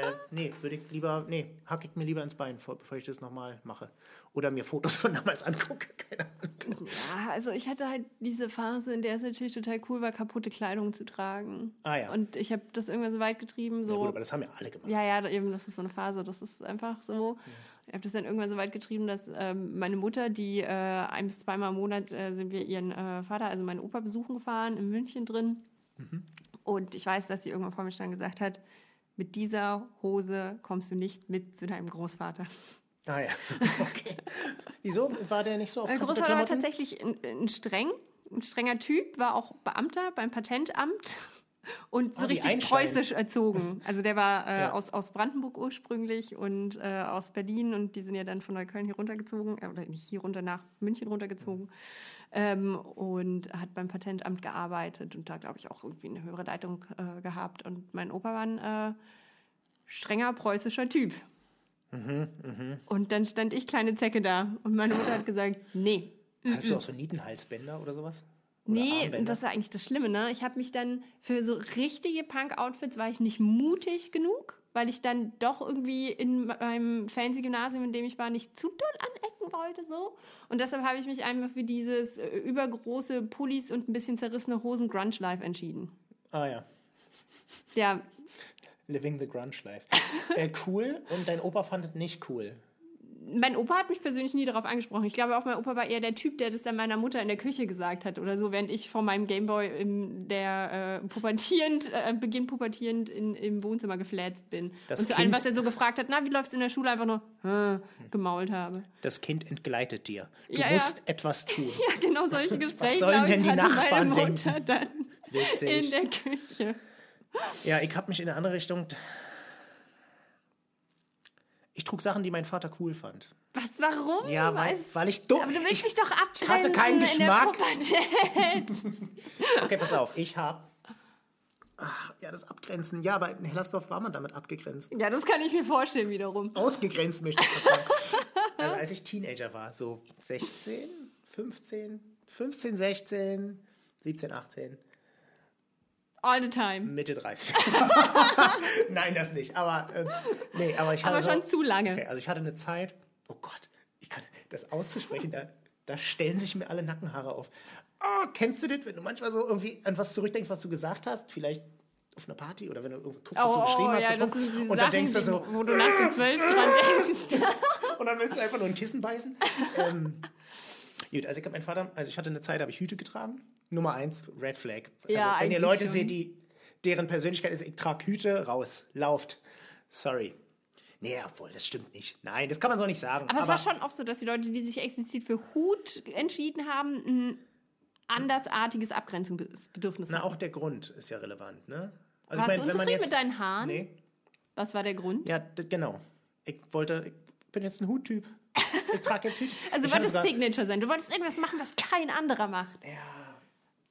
hack ich mir lieber ins Bein, bevor ich das nochmal mache. Oder mir Fotos von damals angucke, keine Ahnung. Ja, also ich hatte halt diese Phase, in der es natürlich total cool war, kaputte Kleidung zu tragen. Ah ja. Und ich habe das irgendwann so weit getrieben. So, ja gut, aber das haben ja alle gemacht. Ja, eben, das ist so eine Phase, das ist einfach so. Ja. Ich habe das dann irgendwann so weit getrieben, dass meine Mutter, die 1- bis 2-mal im Monat sind wir ihren Vater, also meinen Opa, besuchen gefahren, in München drin. Und ich weiß, dass sie irgendwann vor mir stand und gesagt hat, mit dieser Hose kommst du nicht mit zu deinem Großvater. Ah ja, okay. Wieso? War der nicht so auf kaputte Großvater war tatsächlich ein strenger Typ, war auch Beamter beim Patentamt und so richtig preußisch erzogen. Also der war aus Brandenburg ursprünglich und aus Berlin und die sind ja dann von Neukölln hier runtergezogen, oder nicht hier runter, nach München runtergezogen. Und hat beim Patentamt gearbeitet und da, glaube ich, auch irgendwie eine höhere Leitung gehabt. Und mein Opa war ein strenger preußischer Typ. Und dann stand ich, kleine Zecke, da. Und meine Mutter hat gesagt, nee. Hast du auch so Nietenhalsbänder oder sowas? Oder nee, Armbänder? das war eigentlich das Schlimme, ne? Ich habe mich dann für so richtige Punk-Outfits war ich nicht mutig genug, weil ich dann doch irgendwie in meinem Fancy-Gymnasium, in dem ich war, nicht zu doll anecken wollte, so. Und deshalb habe ich mich einfach für dieses übergroße Pullis und ein bisschen zerrissene Hosen Grunge-Life entschieden. Ah ja. Ja. Living the Grunge-Life. Cool. Und dein Opa fand es nicht cool? Mein Opa hat mich persönlich nie darauf angesprochen. Ich glaube auch, mein Opa war eher der Typ, der das dann meiner Mutter in der Küche gesagt hat oder so, während ich vor meinem Gameboy pubertierend im Wohnzimmer gefläzt bin. Und zu allem, was er so gefragt hat, wie läuft's in der Schule, einfach nur gemault habe. Das Kind entgleitet dir. Du musst etwas tun. Ja, genau, solche Gespräche. Was sollen denn die Nachbarn denken? Dann witzig. In der Küche. Ja, ich habe mich in eine andere Richtung... Ich trug Sachen, die mein Vater cool fand. Was, warum? Ja, weil ich dumm... Aber du willst dich doch abgrenzen. Ich hatte keinen Geschmack. In der Okay, pass auf. Ich habe... das Abgrenzen. Ja, aber in Hellersdorf war man damit abgegrenzt. Ja, das kann ich mir vorstellen wiederum. Ausgegrenzt, möchte ich sagen. Also als ich Teenager war, so 16, 15, 16, 17, 18... All the time. Mitte 30. Nein, das nicht. Aber ich hatte schon zu lange. Okay, also ich hatte eine Zeit, oh Gott, das auszusprechen, da stellen sich mir alle Nackenhaare auf. Oh, kennst du das, wenn du manchmal so irgendwie an was zurückdenkst, was du gesagt hast? Vielleicht auf einer Party oder wenn du irgendwie guckst, was du geschrieben hast. Das sind die und dann denkst du so... Wo du nachts um 12 dran denkst. Und dann willst du einfach nur ein Kissen beißen. Gut, also ich hatte eine Zeit, da habe ich Hüte getragen. Nummer 1, Red Flag. Also, wenn ihr Leute seht, deren Persönlichkeit ist, ich trage Hüte, raus, lauft. Sorry. Nee, obwohl, das stimmt nicht. Nein, das kann man so nicht sagen. Aber es war schon oft so, dass die Leute, die sich explizit für Hut entschieden haben, ein andersartiges Abgrenzungsbedürfnis haben. Auch der Grund ist ja relevant, ne? Also warst du unzufrieden mit deinen Haaren? Nee. Was war der Grund? Ja, genau. Ich bin jetzt ein Huttyp. Ich trage jetzt Hüte. Also du wolltest Signature sein. Du wolltest irgendwas machen, was kein anderer macht. Ja.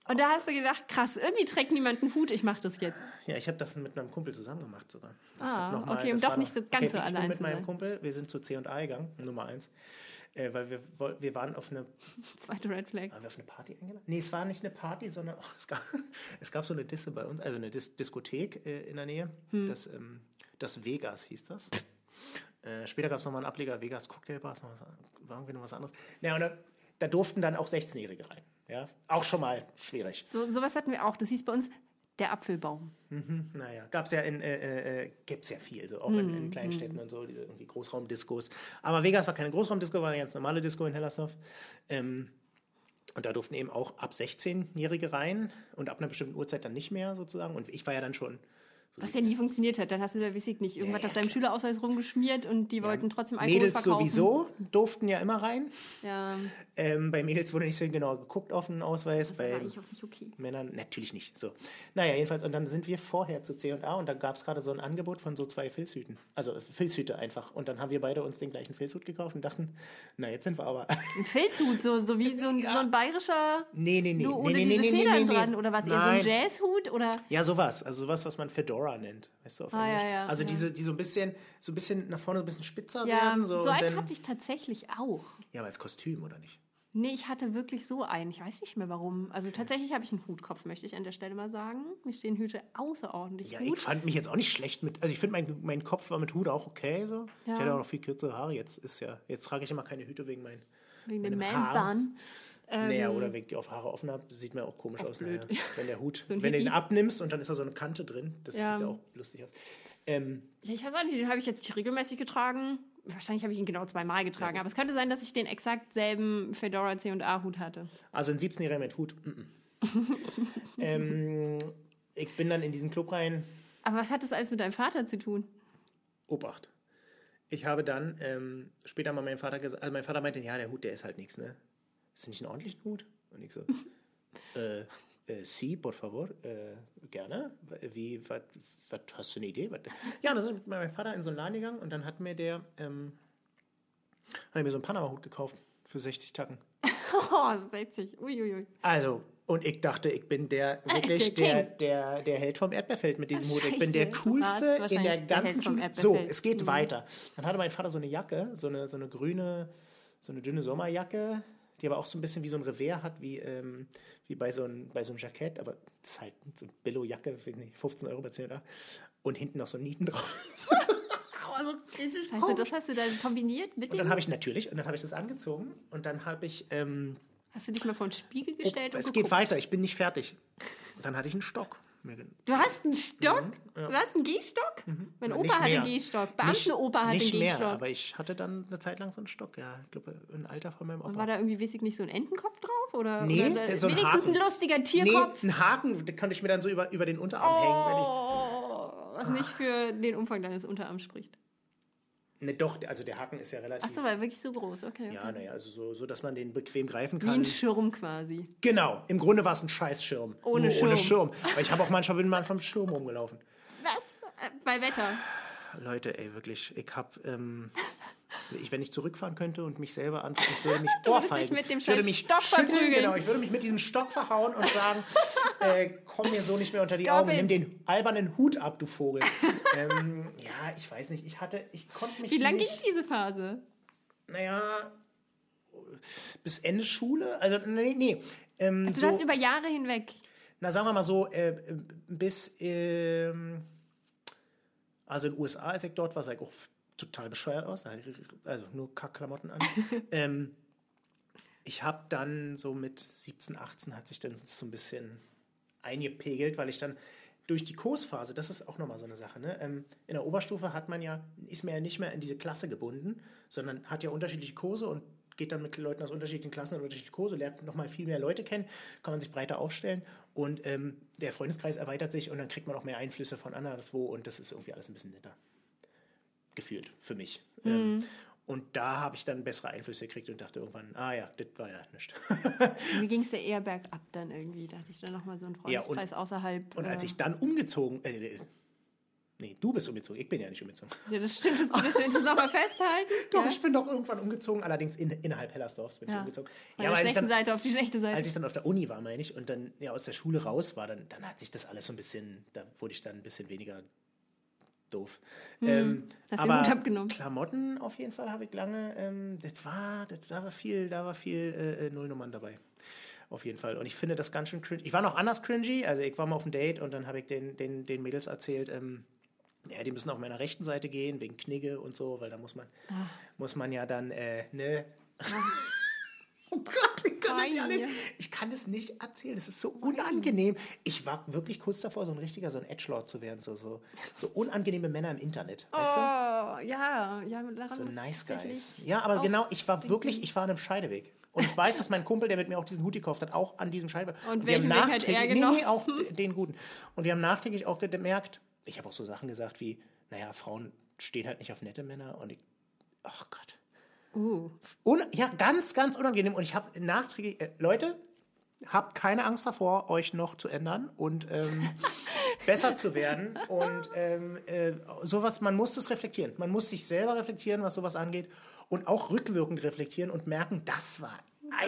Und da hast du gedacht, krass, irgendwie trägt niemand einen Hut, ich mache das jetzt. Ja, ich habe das mit meinem Kumpel zusammen gemacht sogar. Okay, um doch nicht so ganz so allein zu sein. Mit meinem Kumpel, wir sind zu C&A gegangen, Nummer 1, weil wir waren auf eine... Zweite Red Flag. Waren wir auf eine Party eingeladen? Nee, es war nicht eine Party, sondern es gab so eine Disse bei uns, also eine Diskothek in der Nähe, das Vegas hieß das. Später gab es nochmal einen Ableger, Vegas Cocktail Bar, war irgendwie noch was anderes. Ja, und da durften dann auch 16-Jährige rein. Ja, auch schon mal schwierig. Sowas hatten wir auch. Das hieß bei uns der Apfelbaum. Naja, gibt's ja viel, so auch in kleinen Städten und so, irgendwie Großraumdiskos. Aber Vegas war keine Großraumdisco, war eine ganz normale Disco in Hellersdorf. Und da durften eben auch ab 16-Jährige rein und ab einer bestimmten Uhrzeit dann nicht mehr sozusagen. Und ich war ja dann schon... Was ja nie funktioniert hat. Dann hast du da, weiß ich nicht, irgendwas auf deinem Schülerausweis rumgeschmiert und die wollten trotzdem Alkohol Mädels verkaufen. Mädels sowieso durften ja immer rein. Ja. Bei Mädels wurde nicht so genau geguckt auf den Ausweis. Das war eigentlich auch nicht okay. Männern natürlich nicht. So. Naja, jedenfalls. Und dann sind wir vorher zu C&A und da gab es gerade so ein Angebot von so 2 Filzhüten. Also Filzhüte einfach. Und dann haben wir beide uns den gleichen Filzhut gekauft und dachten, na, jetzt sind wir aber... Ein Filzhut, so wie so ein bayerischer... Nee. Nur ohne diese Federn dran oder was? Eher so ein Jazzhut oder... Ja, sowas. Also sowas, was man Fedora nennt. Weißt du, auf Englisch. Ja, also die so ein bisschen nach vorne ein bisschen spitzer werden. So einen hatte ich tatsächlich auch. Ja, aber als Kostüm, oder nicht? Nee, ich hatte wirklich so einen. Ich weiß nicht mehr warum. Also tatsächlich habe ich einen Hutkopf, möchte ich an der Stelle mal sagen. Mir stehen Hüte außerordentlich gut. Ich fand mich jetzt auch nicht schlecht mit... Also ich finde, mein Kopf war mit Hut auch okay. So. Ja. Ich hatte auch noch viel kürzere Haare. Jetzt trage ich immer keine Hüte wegen dem Man-Bun. Naja, oder wenn ich auf Haare offen habe, sieht mir auch komisch aus. Naja. Wenn der Hut, wenn du ihn abnimmst und dann ist da so eine Kante drin, das sieht auch lustig aus. Ich weiß auch nicht, den habe ich jetzt nicht regelmäßig getragen. Wahrscheinlich habe ich ihn genau 2-mal getragen, aber es könnte sein, dass ich den exakt selben Fedora C&A-Hut hatte. Also ein 17-Jähriger mit Hut. Ich bin dann in diesen Club rein. Aber was hat das alles mit deinem Vater zu tun? Obacht. Ich habe dann später mal meinem Vater gesagt, also mein Vater meinte, ja, der Hut, der ist halt nichts, ne? Ist das nicht ein ordentlicher Hut? Und ich so, sí, por favor, gerne. Was hast du eine Idee? Ja, und dann ist mit meinem Vater in so einen Laden gegangen und dann hat mir so einen Panama-Hut gekauft für 60 Tacken. Oh, 60, uiuiui. Also, und ich dachte, ich bin der Held vom Erdbeerfeld mit diesem Hut. Ich bin der Coolste in der ganzen Schule. So, es geht weiter. Dann hatte mein Vater so eine Jacke, so eine grüne, so eine dünne Sommerjacke, die aber auch so ein bisschen wie so ein Revers hat, wie bei so einem Jackett, aber das ist halt so eine Billo-Jacke, 15 € bei C&A und hinten noch so Nieten drauf. Also, Scheiße, das hast du dann kombiniert mit dem... Und dann habe ich das angezogen und dann habe ich... hast du dich mal vor den Spiegel gestellt und es geht weiter, ich bin nicht fertig. Und dann hatte ich einen Stock. Du hast einen Stock? Ja. Du hast einen Gehstock? Mein Opa hatte einen Gehstock. Beamte-Opa hatte einen Gehstock. Nicht mehr, aber ich hatte dann eine Zeit lang so einen Stock. Ja, ich glaube, im Alter von meinem Opa. Und war da irgendwie, weiß ich nicht, so ein Entenkopf drauf? Oder, nee, oder so ein wenigstens Haken. Ein lustiger Tierkopf? Nee, einen Haken, den konnte ich mir dann so über den Unterarm hängen. Was nicht für den Umfang deines Unterarms spricht. Ne, doch, also der Haken ist ja relativ... Ach so, war wirklich so groß, okay. Ja, naja, also so, dass man den bequem greifen kann. Wie ein Schirm quasi. Genau, im Grunde war es ein Scheißschirm. Ohne Schirm. Weil ich habe auch manchmal mit Schirm rumgelaufen. Was? Bei Wetter? Leute, ey, wirklich, wenn ich zurückfahren könnte und mich selber anschauen, ich würde mich ohrfeigen. Ich würde mich Stock verprügeln. Genau, ich würde mich mit diesem Stock verhauen und sagen, komm mir so nicht mehr unter die Augen, nimm den albernen Hut ab, du Vogel. Ja, ich weiß nicht, ich konnte mich Wie lange ging diese Phase? Naja, bis Ende Schule, also nee. Also du hast über Jahre hinweg? Na, sagen wir mal so, bis, also in den USA, als ich dort war, sah ich auch total bescheuert aus, also nur Kackklamotten an. Ich habe dann so mit 17, 18 hat sich dann so ein bisschen eingepegelt, weil ich dann durch die Kursphase, das ist auch nochmal so eine Sache, ne? In der Oberstufe ist man ja nicht mehr in diese Klasse gebunden, sondern hat ja unterschiedliche Kurse und geht dann mit Leuten aus unterschiedlichen Klassen und unterschiedlichen Kurse, lernt nochmal viel mehr Leute kennen, kann man sich breiter aufstellen und der Freundeskreis erweitert sich und dann kriegt man auch mehr Einflüsse von anderswo und das ist irgendwie alles ein bisschen netter. Gefühlt, für mich. Und da habe ich dann bessere Einflüsse gekriegt und dachte irgendwann, ja, das war ja nichts. Mir ging es ja eher bergab dann irgendwie, da hatte ich dann nochmal so einen Freundeskreis außerhalb. Und als ich dann umgezogen, Nee, du bist umgezogen. Ich bin ja nicht umgezogen. Ja, das stimmt. Das ist gut, dass wir das nochmal festhalten. Doch, ich bin doch irgendwann umgezogen. Allerdings innerhalb Hellersdorfs bin ich umgezogen. Von der schlechten Seite auf die schlechte Seite. Als ich dann auf der Uni war, meine ich, und dann aus der Schule raus war, dann hat sich das alles so ein bisschen, da wurde ich dann ein bisschen weniger doof. Hast du den Hut abgenommen? Klamotten auf jeden Fall habe ich lange, da war viel Nullnummern dabei. Auf jeden Fall. Und ich finde das ganz schön cringy. Ich war noch anders cringy. Also ich war mal auf einem Date und dann habe ich den Mädels erzählt, die müssen auf meiner rechten Seite gehen, wegen Knigge und so, weil da muss man ja dann, ne? Oh Gott, ich kann das nicht erzählen. Das ist so unangenehm. Ich war wirklich kurz davor, so ein Edgelord zu werden. So unangenehme Männer im Internet. Weißt du? Ja. So nice guys. Ja, aber genau, ich war an einem Scheideweg. Und ich weiß, dass mein Kumpel, der mit mir auch diesen Hut gekauft hat, auch an diesem Scheideweg. Und welchen Weg hat er genommen? Nee, auch den guten. Und wir haben nachträglich auch gemerkt, ich habe auch so Sachen gesagt wie, naja, Frauen stehen halt nicht auf nette Männer. Und ach Gott. Ja, ganz, ganz unangenehm. Und ich habe nachträglich, Leute, habt keine Angst davor, euch noch zu ändern und besser zu werden. Und sowas, man muss das reflektieren. Man muss sich selber reflektieren, was sowas angeht. Und auch rückwirkend reflektieren und merken, das war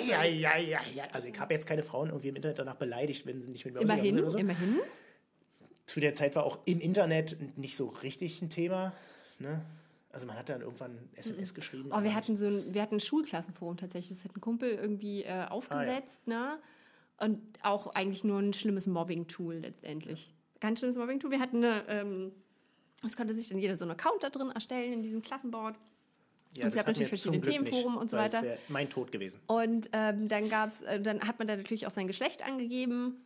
Also ich habe jetzt keine Frauen irgendwie im Internet danach beleidigt, wenn sie nicht mit mir ausgegangen sind oder so. Immerhin. Zu der Zeit war auch im Internet nicht so richtig ein Thema. Ne? Also man hat dann irgendwann SMS geschrieben. Wir hatten ein Schulklassenforum tatsächlich. Das hat ein Kumpel irgendwie aufgesetzt. Ne? Und auch eigentlich nur ein schlimmes Mobbing-Tool letztendlich. Ganz schlimmes Mobbing-Tool. Wir hatten es konnte sich dann jeder so einen Account da drin erstellen in diesem Klassenboard. Ja, und es gab natürlich verschiedene Themenforen und so weiter. Das wäre mein Tod gewesen. Und dann hat man da natürlich auch sein Geschlecht angegeben.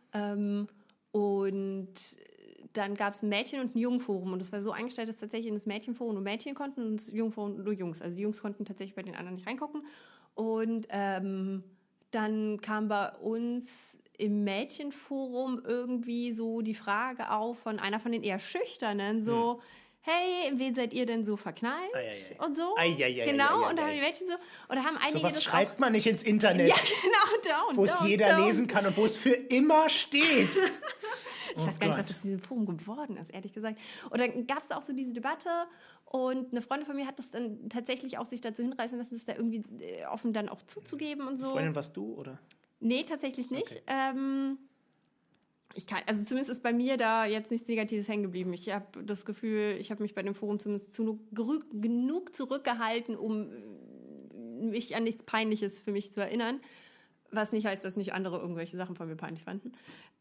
Und dann gab es ein Mädchen- und ein Jungforum. Und das war so eingestellt, dass tatsächlich in das Mädchenforum nur Mädchen konnten und das Jungforum nur Jungs. Also die Jungs konnten tatsächlich bei den anderen nicht reingucken. Und dann kam bei uns im Mädchenforum irgendwie so die Frage auf von einer von den eher Schüchternen, so... Hey, in wen seid ihr denn so verknallt? Und so. Genau, und da haben die Mädchen so, oder haben einige. Sowas schreibt man nicht ins Internet. Ja, genau, wo es jeder lesen kann und wo es für immer steht. Ich weiß gar nicht, was aus diesem Forum geworden ist, ehrlich gesagt. Und dann gab es auch so diese Debatte und eine Freundin von mir hat das dann tatsächlich auch sich dazu hinreißen lassen, das da irgendwie offen dann auch zuzugeben und so. Freundin warst du, oder? Nee, tatsächlich nicht. Okay. Also zumindest ist bei mir da jetzt nichts Negatives hängen geblieben. Ich habe das Gefühl, ich habe mich bei dem Forum zumindest genug zurückgehalten, um mich an nichts Peinliches für mich zu erinnern. Was nicht heißt, dass nicht andere irgendwelche Sachen von mir peinlich fanden.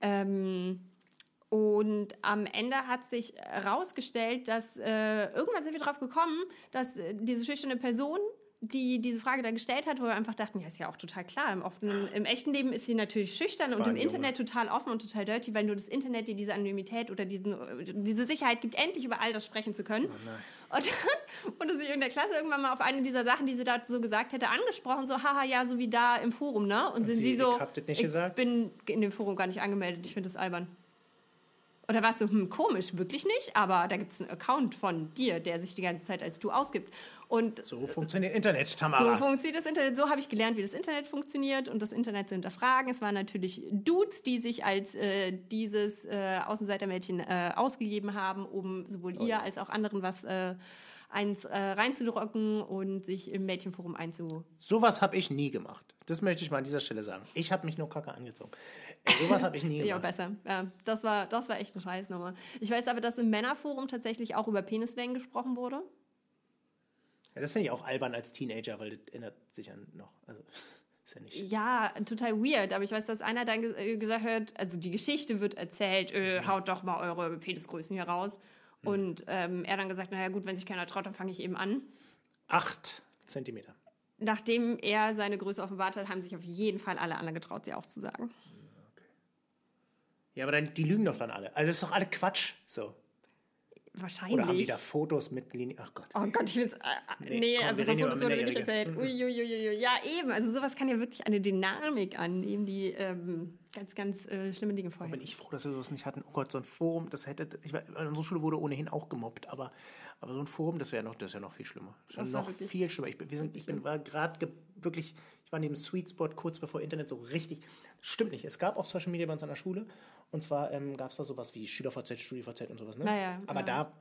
Und am Ende hat sich herausgestellt, dass irgendwann sind wir drauf gekommen, dass diese schüchterne Person, die diese Frage da gestellt hat, wo wir einfach dachten, ja, ist ja auch total klar. Im echten Leben ist sie natürlich schüchtern und im Internet total offen und total dirty, weil nur das Internet dir diese Anonymität oder diese Sicherheit gibt, endlich über all das sprechen zu können. Oh, und dann wurde sie in der Klasse irgendwann mal auf eine dieser Sachen, die sie da so gesagt hätte, angesprochen, so, haha, ja, so wie da im Forum, ne? Und sind sie so, ich bin in dem Forum gar nicht angemeldet, ich finde das albern. Oder warst du, komisch, wirklich nicht? Aber da gibt es einen Account von dir, der sich die ganze Zeit als du ausgibt. Und so funktioniert Internet, Tamara. So funktioniert das Internet. So habe ich gelernt, wie das Internet funktioniert und das Internet zu hinterfragen. Es waren natürlich Dudes, die sich als dieses Außenseitermädchen ausgegeben haben, um sowohl ihr als auch anderen was reinzudrücken und sich im Mädchenforum Sowas habe ich nie gemacht. Das möchte ich mal an dieser Stelle sagen. Ich habe mich nur kacke angezogen. Sowas habe ich nie gemacht. Ja, besser. Ja, das war echt eine Scheißnummer. Ich weiß aber, dass im Männerforum tatsächlich auch über Penislängen gesprochen wurde. Ja, das finde ich auch albern als Teenager, weil das ändert sich ja noch. Also, ist ja nicht. Ja, total weird. Aber ich weiß, dass einer dann gesagt hat, also die Geschichte wird erzählt, haut doch mal eure Penisgrößen hier raus. Und er dann gesagt, naja gut, wenn sich keiner traut, dann fange ich eben an. 8 Zentimeter. Nachdem er seine Größe offenbart hat, haben sich auf jeden Fall alle anderen getraut, sie auch zu sagen. Okay. Ja, aber die lügen doch dann alle. Also das ist doch alle Quatsch, so. Wahrscheinlich. Oder haben die da Fotos mit Linien? Ach Gott. Oh Gott, ich will es... also von Fotos wurde mir nicht erzählt. Uiuiuiui. Ja, eben. Also sowas kann ja wirklich eine Dynamik annehmen, die ganz, ganz schlimme Dinge vorher. Bin ich froh, dass wir sowas nicht hatten. Oh Gott, so ein Forum, unsere Schule wurde ohnehin auch gemobbt, aber so ein Forum, das ist ja noch viel schlimmer. Das ist noch viel schlimmer. Ich war gerade wirklich, ich war in dem Sweet Spot kurz bevor Internet so richtig, stimmt nicht, es gab auch Social Media bei uns an der Schule und zwar gab es da sowas wie SchülerVZ, StudiVZ und sowas, ne? Naja, aber da,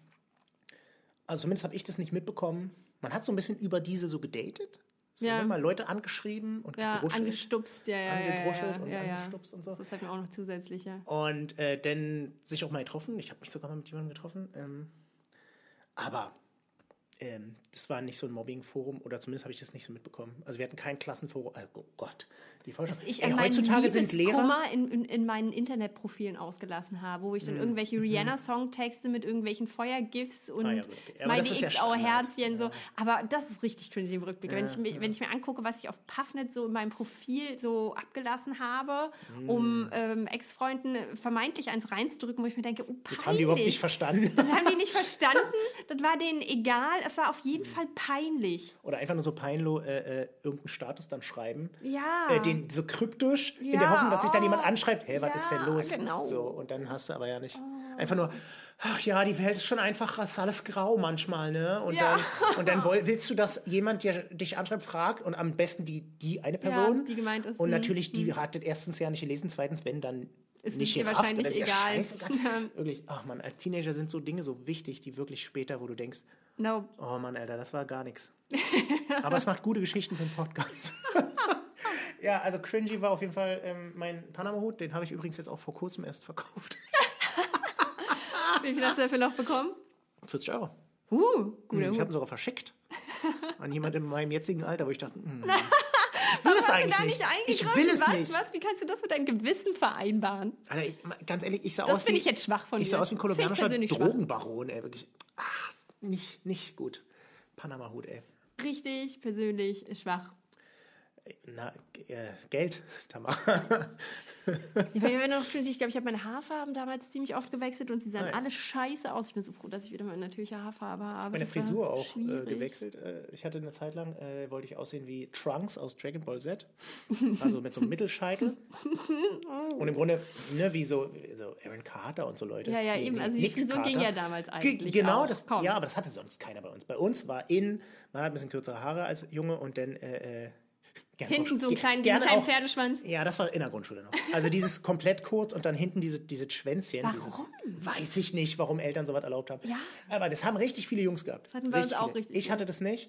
also zumindest habe ich das nicht mitbekommen, man hat so ein bisschen über diese so gedatet. So, mal Leute angeschrieben und angestupst, angegruschelt und angestupst und so. Das hat mir auch noch zusätzlich, ja. Und dann sich auch mal getroffen. Ich habe mich sogar mal mit jemandem getroffen. Aber das war nicht so ein Mobbing-Forum oder zumindest habe ich das nicht so mitbekommen. Also wir hatten kein Klassenforum. Oh Gott, die Forschung. Heutzutage sind Lehrer in meinen Internetprofilen ausgelassen habe, wo ich dann irgendwelche Rihanna-Songtexte mit irgendwelchen Feuergifs und Smiley XO-Herzchen so. Aber das ist richtig cringy im Rückblick. Wenn ich mir angucke, was ich auf Puffnet so in meinem Profil so abgelassen habe, um Ex-Freunden vermeintlich eins reinzudrücken, wo ich mir denke, peinlich. Das haben die überhaupt nicht verstanden. Das haben die nicht verstanden. Das war denen egal. Es war auf jeden Fall peinlich. Oder einfach nur so peinlich irgendeinen Status dann schreiben. Ja. Den so kryptisch, in der Hoffnung, dass sich dann jemand anschreibt, hey, was ist denn los? Genau. So, und dann hast du aber ja nicht. Einfach nur, ach ja, die Welt ist schon einfach, ist alles grau manchmal, ne? Und dann willst du, dass jemand dich anschreibt, fragt und am besten die eine Person. Die gemeint ist. Und natürlich, die hat das erstens ja nicht gelesen, zweitens, wenn dann ist nicht dir wahrscheinlich egal. Wirklich, ach man, als Teenager sind so Dinge so wichtig, die wirklich später, wo du denkst, oh Mann, Alter, das war gar nichts. Aber es macht gute Geschichten für den Podcast. Ja, also cringy war auf jeden Fall mein Panama-Hut. Den habe ich übrigens jetzt auch vor kurzem erst verkauft. Wie viel hast du dafür noch bekommen? 40 €. Guter Ich habe ihn sogar verschickt. An jemanden in meinem jetzigen Alter, wo ich dachte, ich will es eigentlich nicht. Ich will es nicht. Wie kannst du das mit deinem Gewissen vereinbaren? Alter, ganz ehrlich, ich sah das aus finde ich jetzt schwach von dir. Ich sah aus wie ein kolumbianischer Drogenbaron, ey. Wirklich, nicht gut. Panama-Hut, ey. Richtig, persönlich, schwach. Na, Geld, Tamara. Ich glaube, ich habe meine Haarfarben damals ziemlich oft gewechselt und sie sahen alle scheiße aus. Ich bin so froh, dass ich wieder meine natürliche Haarfarbe habe. Meine Frisur auch gewechselt. Ich hatte eine Zeit lang, wollte ich aussehen wie Trunks aus Dragon Ball Z. Also mit so einem Mittelscheitel. Und im Grunde, ne, wie so Aaron Carter und so Leute. Ja, eben. Also die Frisur ging ja damals eigentlich Genau, auch. Aber das hatte sonst keiner bei uns. Bei uns war man hat ein bisschen kürzere Haare als Junge und dann hinten so einen kleinen Pferdeschwanz. Ja, das war in der Grundschule noch. Also dieses komplett kurz und dann hinten diese Schwänzchen. Warum? Weiß ich nicht, warum Eltern sowas erlaubt haben. Ja. Aber das haben richtig viele Jungs gehabt. Das hatten wir uns auch richtig. Ich hatte das nicht.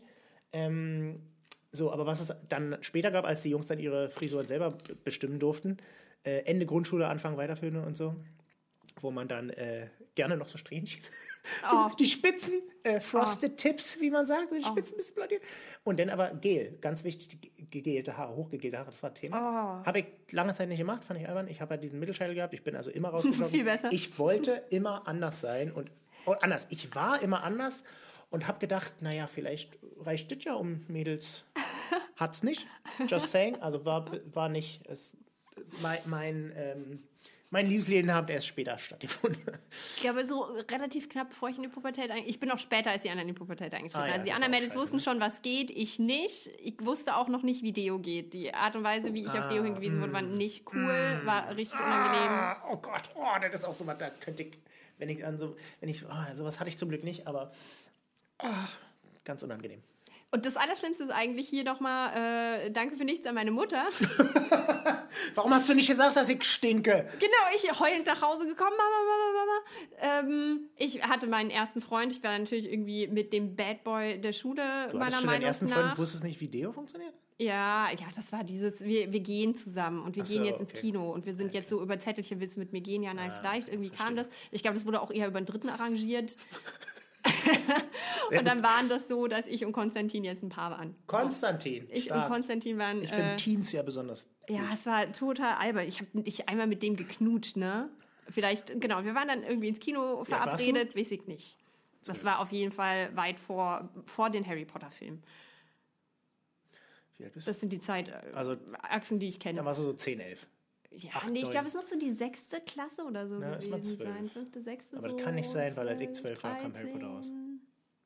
Aber was es dann später gab, als die Jungs dann ihre Frisuren selber bestimmen durften, Ende Grundschule, Anfang weiterführende und so, wo man dann gerne noch so Strähnchen, die Spitzen, Frosted Tips, wie man sagt, so die Spitzen ein bisschen blondiert. Und dann aber Gel, ganz wichtig, die gegelte Haare, hochgegelte Haare, das war Thema. Habe ich lange Zeit nicht gemacht, fand ich albern. Ich habe halt diesen Mittelscheitel gehabt, ich bin also immer rausgekommen. Viel besser. Ich wollte immer anders sein und anders. Ich war immer anders und habe gedacht, naja, vielleicht reicht das ja um Mädels. Hat's nicht, just saying, also war nicht, mein Liebesleben hat erst später stattgefunden. Ich glaube, so relativ knapp bevor ich in die Pubertät ich bin noch später als die anderen in die Pubertät eingetreten. Also die anderen Mädels wussten schon, was geht, ich nicht. Ich wusste auch noch nicht, wie Deo geht. Die Art und Weise, wie ich auf Deo hingewiesen wurde, war nicht cool, war richtig unangenehm. Oh Gott, das ist auch so was, da könnte ich, sowas hatte ich zum Glück nicht, aber ganz unangenehm. Und das Allerschlimmste ist eigentlich hier nochmal, danke für nichts an meine Mutter. Warum hast du nicht gesagt, dass ich stinke? Genau, ich heulend nach Hause gekommen, Mama. Ich hatte meinen ersten Freund, ich war natürlich irgendwie mit dem Bad Boy der Schule, du meiner Meinung nach. Deinen ersten Freund, wusstest nicht, wie Deo funktioniert? Ja, das war dieses, wir gehen zusammen und wir gehen jetzt ins Kino und wir sind jetzt so über Zettelchen, willst du mit mir gehen? Ja, nein, vielleicht. Irgendwie kam das. Ich glaube, das wurde auch eher über einen Dritten arrangiert. Und dann waren das so, dass ich und Konstantin jetzt ein Paar waren. Konstantin? Ich und Konstantin waren... Ich finde Teens ja besonders gut. Ja, es war total albern. Ich habe dich einmal mit dem geknutscht, ne? Vielleicht, genau, wir waren dann irgendwie ins Kino verabredet, weiß ich nicht. Das war auf jeden Fall weit vor den Harry Potter Filmen. Wie alt bist du? Das sind die Zeitachsen, die ich kenne. Da warst du so 10, 11. Ja, 8, ich glaube, es musste die 6. Klasse oder so gewesen sein. 5., 6. Aber das kann nicht sein, weil als ich 12 war, kam Harry Potter raus.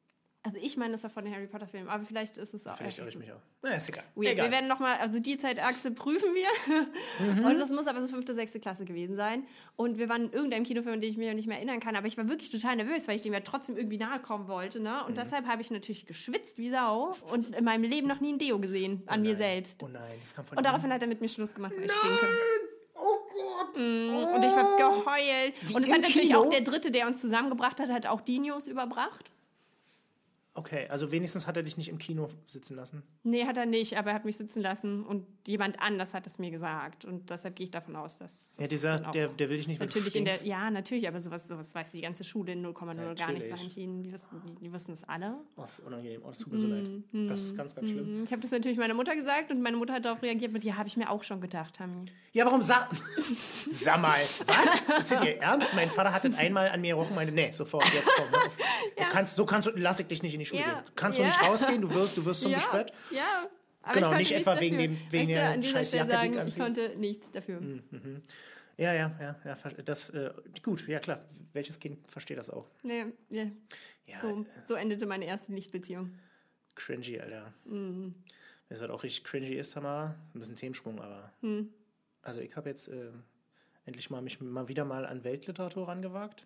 Also ich meine, das war von den Harry Potter Filmen, aber vielleicht ist es auch... Vielleicht irre ich mich auch. Na, ist egal. Wir werden nochmal, also die Zeitachse prüfen wir. Und das muss aber so 5., 6. Klasse gewesen sein. Und wir waren in irgendeinem Kinofilm, an den ich mich nicht mehr erinnern kann, aber ich war wirklich total nervös, weil ich dem ja trotzdem irgendwie nahe kommen wollte. Ne? Und deshalb habe ich natürlich geschwitzt wie Sau und in meinem Leben noch nie ein Deo gesehen an mir selbst. Oh nein, das kam von Und daraufhin hat er mit mir Schluss gemacht, weil ich stinke. Oh Gott! Und ich habe geheult. Wie und es hat natürlich Kino? auch der Dritte, der uns zusammengebracht hat auch die News überbracht. Okay, also wenigstens hat er dich nicht im Kino sitzen lassen. Nee, hat er nicht, aber er hat mich sitzen lassen und jemand anders hat es mir gesagt. Und deshalb gehe ich davon aus, dass... Ja, der will dich nicht, natürlich ja, natürlich, aber sowas weiß die ganze Schule in 0,0 gar nichts entschieden. Die wissen das alle. Oh, das ist unangenehm. Oh, das tut mir so leid. Das ist ganz, ganz schlimm. Ich habe das natürlich meiner Mutter gesagt und meine Mutter hat darauf reagiert mit, ja, habe ich mir auch schon gedacht, Tammy. Ja, warum sag mal, was? Ist das ihr Ernst? Mein Vater hat das einmal an mir gerochen und meinte, nee, sofort, jetzt komm. Ja. Lass ich dich nicht in die Schule gehen. Du kannst doch nicht rausgehen, du wirst zum Gesperrt. Ja, aber genau, nicht etwa wegen der scheiß Jacke, sagen, die ich konnte nichts dafür. Ja, das, gut, ja klar, welches Kind versteht das auch? Nee, ja. So endete meine erste Lichtbeziehung. Cringy, Alter. Das halt auch richtig cringy ist, Tamara, ein bisschen Themensprung, aber also ich habe jetzt endlich mich wieder mal an Weltliteratur rangewagt.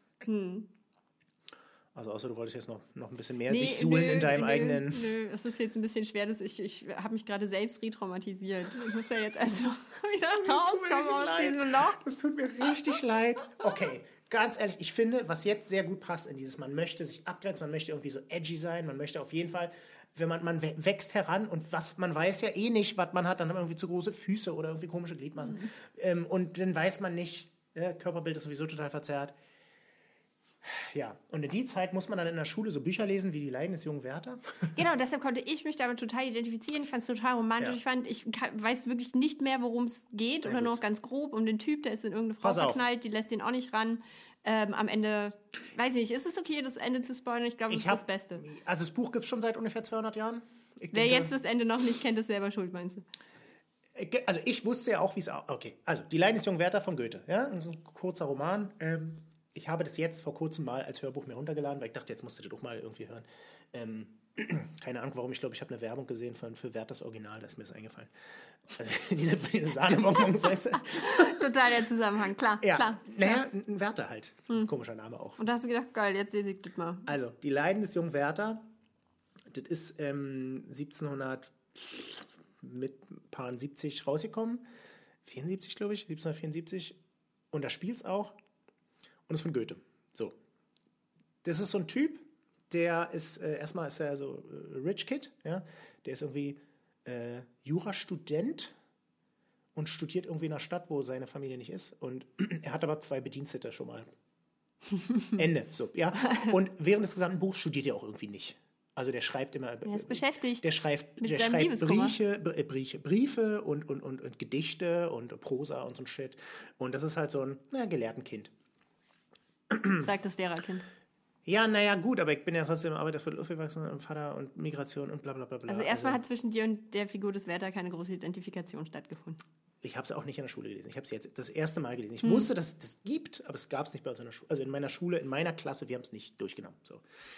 Also außer du wolltest jetzt noch ein bisschen mehr dich suhlen in deinem eigenen... Nö, es ist jetzt ein bisschen schwer, dass ich habe mich gerade selbst retraumatisiert. Ich muss ja jetzt also wieder rauskommen aus diesem Loch. Das tut mir richtig leid. Okay, ganz ehrlich, ich finde, was jetzt sehr gut passt in dieses, man möchte sich abgrenzen, man möchte irgendwie so edgy sein, man möchte auf jeden Fall, wenn man wächst heran und man weiß ja eh nicht, was man hat, dann hat man irgendwie zu große Füße oder irgendwie komische Gliedmaßen. Und dann weiß man nicht, Körperbild ist sowieso total verzerrt. Ja, und in die Zeit muss man dann in der Schule so Bücher lesen wie Die Leiden des jungen Werther. Genau, deshalb konnte ich mich damit total identifizieren. Ich fand es total romantisch. Ja. Ich weiß wirklich nicht mehr, worum es geht oder nur noch ganz grob um den Typ, der ist in irgendeine Frau verknallt, die lässt ihn auch nicht ran. Am Ende, weiß nicht, ist es okay, das Ende zu spoilern? Ich glaube, das ist das Beste. Also das Buch gibt es schon seit ungefähr 200 Jahren. Wer jetzt das Ende noch nicht kennt, ist selber schuld, meinst du? Also ich wusste ja auch, wie es... Okay, also Die Leiden des jungen Werther von Goethe. Ja, so ein kurzer Roman. Ich habe das jetzt vor kurzem mal als Hörbuch mir runtergeladen, weil ich dachte, jetzt musst du das doch mal irgendwie hören. Keine Ahnung, warum. Ich glaube, ich habe eine Werbung gesehen für Werthers Original, da ist mir das eingefallen. Also diese Sahne-Bonbons, weißt du? Total der Zusammenhang, klar. Ja. Klar. Naja, ein Werther halt. Komischer Name auch. Und da hast du gedacht, geil, jetzt lese ich das mal. Also, Die Leiden des jungen Werther, das ist 1700 mit paar 70 rausgekommen. 74, glaube ich, 1774. Und da spielt es auch. Und das ist von Goethe. So. Das ist so ein Typ, der ist, erstmal ist er so Rich Kid, ja. Der ist irgendwie Jurastudent und studiert irgendwie in einer Stadt, wo seine Familie nicht ist. Und er hat aber 2 Bedienstete schon mal. Ende. So, ja. Und während des gesamten Buchs studiert er auch irgendwie nicht. Also der schreibt immer... Er ist beschäftigt. Der schreibt Briefe und Gedichte und Prosa und so ein Shit. Und das ist halt so ein gelehrten Kind. Sagt das Lehrerkind. Ja, naja, gut, aber ich bin ja trotzdem Arbeiter für aufgewachsen und Vater und Migration und bla bla bla. Also erstmal hat zwischen dir und der Figur des Werther keine große Identifikation stattgefunden. Ich habe es auch nicht in der Schule gelesen. Ich habe es jetzt das erste Mal gelesen. Ich wusste, dass es das gibt, aber es gab es nicht bei uns in der Schule. Also in meiner Schule, in meiner Klasse, wir haben es nicht durchgenommen. So.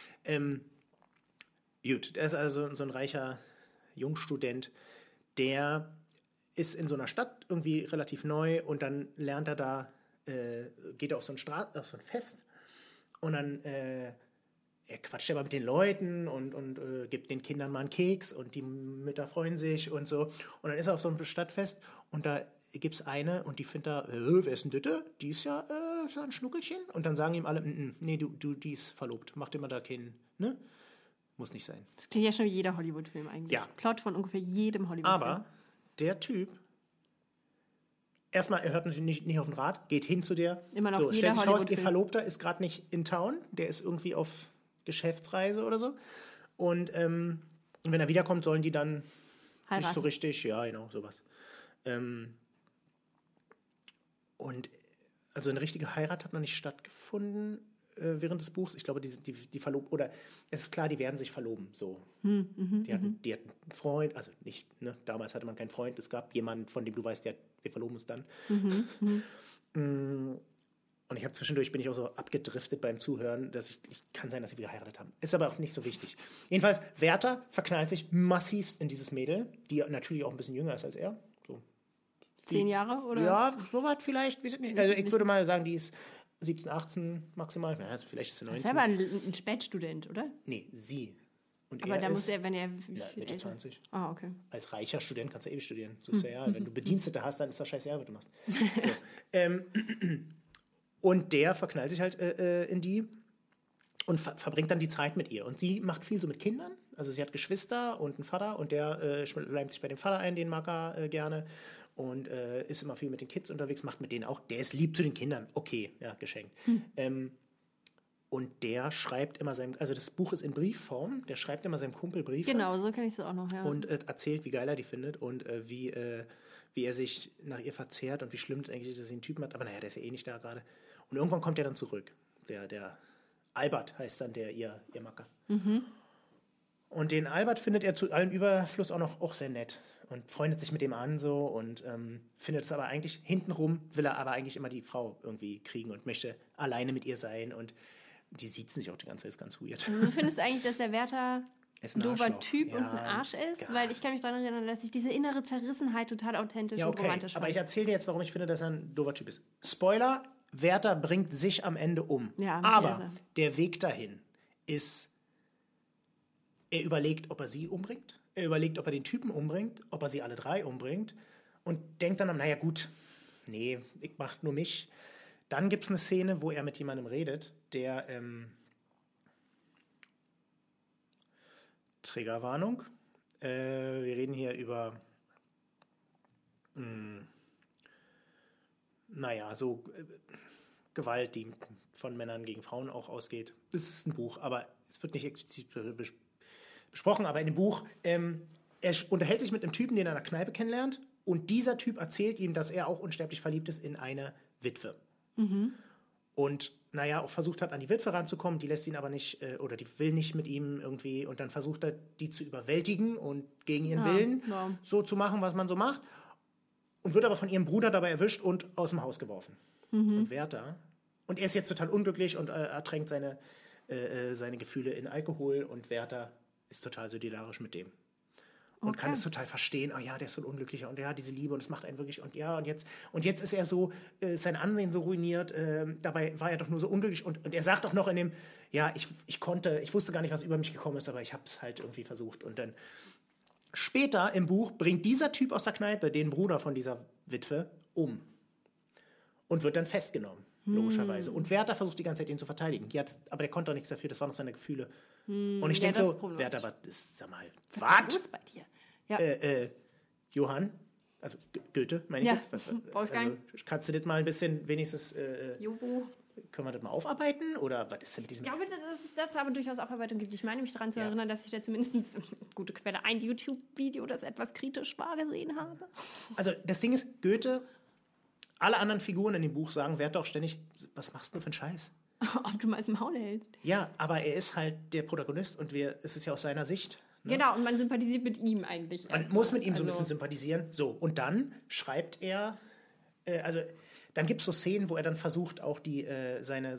Gut, der ist also so ein reicher Jungstudent, der ist in so einer Stadt irgendwie relativ neu und dann lernt er da, geht er auf so ein Fest und dann er quatscht aber mit den Leuten und gibt den Kindern mal einen Keks und die Mütter freuen sich und so. Und dann ist er auf so einem Stadtfest und da gibt es eine und die findet da, wer ist denn das? Die ist ja so ein Schnuckelchen. Und dann sagen ihm alle, nee, die ist verlobt. Mach dir mal da keinen, ne? Muss nicht sein. Das klingt ja schon wie jeder Hollywood-Film eigentlich. Ja. Plot von ungefähr jedem Hollywood-Film. Aber der Typ, erstmal, er hört natürlich nicht auf den Rat, geht hin zu der. Immer noch so, jeder stellt sich raus, Hollywood-Film. ihr Verlobter ist gerade nicht in Town, der ist irgendwie auf Geschäftsreise oder so. Und wenn er wiederkommt, sollen die dann sich so richtig, ja, genau, sowas. Und also eine richtige Heirat hat noch nicht stattgefunden während des Buchs. Ich glaube, die verloben, oder es ist klar, die werden sich verloben. So. Die hatten einen Freund, also nicht, ne, damals hatte man keinen Freund, es gab jemanden, von dem du weißt, wir verloben uns dann. Und ich habe zwischendurch, bin ich auch so abgedriftet beim Zuhören, dass ich kann sein, dass sie geheiratet haben. Ist aber auch nicht so wichtig. Jedenfalls, Werther verknallt sich massivst in dieses Mädel, die natürlich auch ein bisschen jünger ist als er. So. 10 Jahre, oder? Ja, soweit vielleicht. Also ich würde mal sagen, die ist 17, 18 maximal. Naja, also vielleicht ist sie 19. Das ist aber ein Spätstudent, oder? Nee, sie. Und aber da muss er, wenn er... Mitte 20. Ah, okay. Als reicher Student kannst du ewig studieren. So ist ja, wenn du Bedienstete hast, dann ist das scheißegal, was du machst. So. Und der verknallt sich halt in die und verbringt dann die Zeit mit ihr. Und sie macht viel so mit Kindern. Also sie hat Geschwister und einen Vater und der leimt sich bei dem Vater ein, den mag er gerne. Und ist immer viel mit den Kids unterwegs, macht mit denen auch. Der ist lieb zu den Kindern. Okay, ja, geschenkt. Und der schreibt immer also das Buch ist in Briefform, der schreibt immer seinem Kumpel Briefe. Genau, so kenne ich es auch noch, ja. Und erzählt, wie geil er die findet und wie er sich nach ihr verzehrt und wie schlimm das eigentlich ist, dass sie einen Typen hat. Aber naja, der ist ja eh nicht da gerade. Und irgendwann kommt er dann zurück. Der Albert heißt dann ihr Macker. Und den Albert findet er zu allem Überfluss auch sehr nett und freundet sich mit dem an so und findet es aber eigentlich, hintenrum will er aber eigentlich immer die Frau irgendwie kriegen und möchte alleine mit ihr sein und die sieht sich auch die ganze Zeit, ist ganz weird. Also du findest eigentlich, dass der Werther ein doofer Typ und ein Arsch ist? Ja. Weil ich kann mich daran erinnern, dass ich diese innere Zerrissenheit total authentisch und romantisch fand. Aber ich erzähle dir jetzt, warum ich finde, dass er ein doofer Typ ist. Spoiler, Werther bringt sich am Ende um. Ja, aber der Weg dahin ist, er überlegt, ob er sie umbringt, er überlegt, ob er den Typen umbringt, ob er sie alle 3 umbringt und denkt dann, naja gut, nee, ich mach nur mich. Dann gibt es eine Szene, wo er mit jemandem redet, der Triggerwarnung. Wir reden hier über Gewalt, die von Männern gegen Frauen auch ausgeht. Das ist ein Buch, aber es wird nicht explizit besprochen, aber in dem Buch, er unterhält sich mit einem Typen, den er in einer Kneipe kennenlernt und dieser Typ erzählt ihm, dass er auch unsterblich verliebt ist in eine Witwe. Und auch versucht hat, an die Witwe ranzukommen, die lässt ihn aber nicht, oder die will nicht mit ihm irgendwie und dann versucht er, die zu überwältigen und gegen ihren Willen so zu machen, was man so macht und wird aber von ihrem Bruder dabei erwischt und aus dem Haus geworfen. Und Werther, und er ist jetzt total unglücklich und ertränkt seine Gefühle in Alkohol und Werther ist total solidarisch mit dem. Und kann es total verstehen, oh ja, der ist so ein Unglücklicher und ja, diese Liebe und es macht einen wirklich und jetzt ist er so, sein Ansehen so ruiniert, dabei war er doch nur so unglücklich und er sagt doch noch in dem, ja, ich wusste gar nicht, was über mich gekommen ist, aber ich habe es halt irgendwie versucht und dann später im Buch bringt dieser Typ aus der Kneipe den Bruder von dieser Witwe um und wird dann festgenommen, logischerweise. Und Werther versucht die ganze Zeit, ihn zu verteidigen. Aber der konnte doch nichts dafür, das waren noch seine Gefühle. Und ich denke so, Werther, sag mal, was? Was ist bei dir? Ja. Johann, also Goethe, meine ich jetzt. Wolfgang. Also, kannst du das mal ein bisschen wenigstens, können wir das mal aufarbeiten? Oder was ist denn mit diesem... Ich glaube, dass es dazu aber durchaus Aufarbeitung gibt. Ich meine mich daran zu erinnern, dass ich da zumindest, gute Quelle, ein YouTube-Video, das etwas kritisch war, gesehen habe. Also das Ding ist, Goethe, alle anderen Figuren in dem Buch sagen, Werther auch ständig, was machst du für einen Scheiß? Ob du mal ins Maul hältst. Ja, aber er ist halt der Protagonist und es ist ja aus seiner Sicht. Ne? Genau, und man sympathisiert mit ihm eigentlich. Man muss mit ihm so ein bisschen sympathisieren. So, und dann schreibt er, dann gibt es so Szenen, wo er dann versucht, auch seine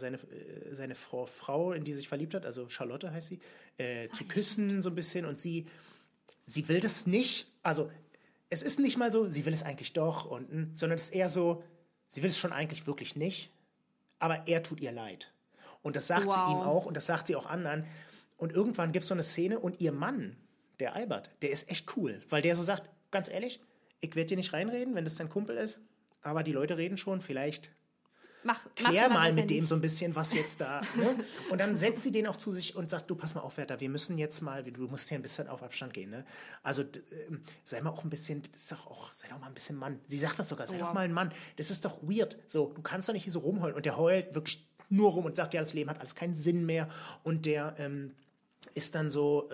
Frau, in die er sich verliebt hat, also Charlotte heißt sie, zu küssen so ein bisschen. Und sie will das nicht, also es ist nicht mal so, sie will es eigentlich doch, sondern es ist eher so, sie will es schon eigentlich wirklich nicht, aber er tut ihr leid. Und das sagt sie ihm auch und das sagt sie auch anderen. Und irgendwann gibt es so eine Szene und ihr Mann, der Albert, der ist echt cool, weil der so sagt, ganz ehrlich, ich werde dir nicht reinreden, wenn das dein Kumpel ist, aber die Leute reden schon, vielleicht klär mal mit dem so ein bisschen, was jetzt da, ne? Und dann setzt sie den auch zu sich und sagt, du, pass mal auf, Werther, wir müssen jetzt mal, du musst hier ein bisschen auf Abstand gehen, ne? Also sei mal auch ein bisschen, sei doch mal ein bisschen Mann. Sie sagt das sogar, sei doch mal ein Mann. Das ist doch weird. So, du kannst doch nicht hier so rumheulen. Und der heult wirklich nur rum und sagt, ja, das Leben hat alles keinen Sinn mehr. Und der ist dann so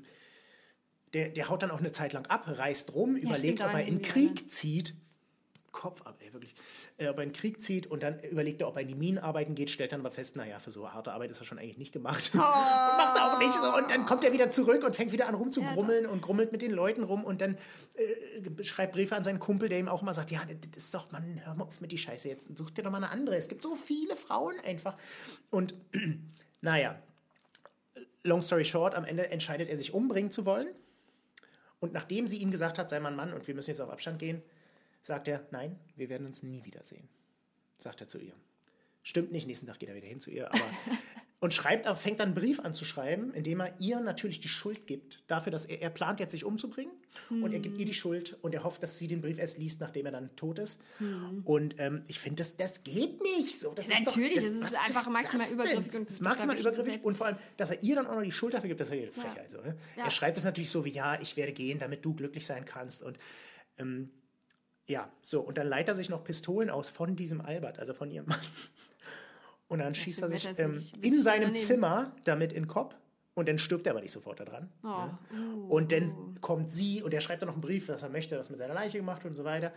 der haut dann auch eine Zeit lang ab, reist rum, überlegt, ob er in den Krieg zieht, Kopf ab, ey, wirklich. Ob er in den Krieg zieht und dann überlegt er, ob er in die Minen arbeiten geht, stellt dann aber fest, naja, für so harte Arbeit ist er schon eigentlich nicht gemacht. Und macht er auch nicht so. Und dann kommt er wieder zurück und fängt wieder an rumzugrummeln und grummelt mit den Leuten rum und dann schreibt Briefe an seinen Kumpel, der ihm auch immer sagt, ja, das ist doch, Mann, hör mal auf mit die Scheiße jetzt, such dir doch mal eine andere. Es gibt so viele Frauen einfach. Und naja, long story short, am Ende entscheidet er sich umbringen zu wollen. Und nachdem sie ihm gesagt hat, sei mal ein Mann und wir müssen jetzt auf Abstand gehen, sagt er, nein, wir werden uns nie wiedersehen, sagt er zu ihr. Stimmt nicht, nächsten Tag geht er wieder hin zu ihr, aber und fängt dann einen Brief an zu schreiben, in dem er ihr natürlich die Schuld gibt, dafür, dass er plant jetzt sich umzubringen und er gibt ihr die Schuld und er hofft, dass sie den Brief erst liest, nachdem er dann tot ist. Und ich finde, das geht nicht so. Das natürlich, das ist einfach maximal übergriffig. Das ist maximal übergriffig und vor allem, dass er ihr dann auch noch die Schuld dafür gibt, das ist ja jetzt Frechheit. So, ne? Er schreibt es natürlich so wie, ja, ich werde gehen, damit du glücklich sein kannst und ja, so, und dann leiht er sich noch Pistolen aus von diesem Albert, also von ihrem Mann. Und dann schießt er sich in seinem Zimmer damit in den Kopf und dann stirbt er aber nicht sofort da dran. Ne? Und dann kommt sie und er schreibt dann noch einen Brief, dass er möchte, dass mit seiner Leiche gemacht wird und so weiter.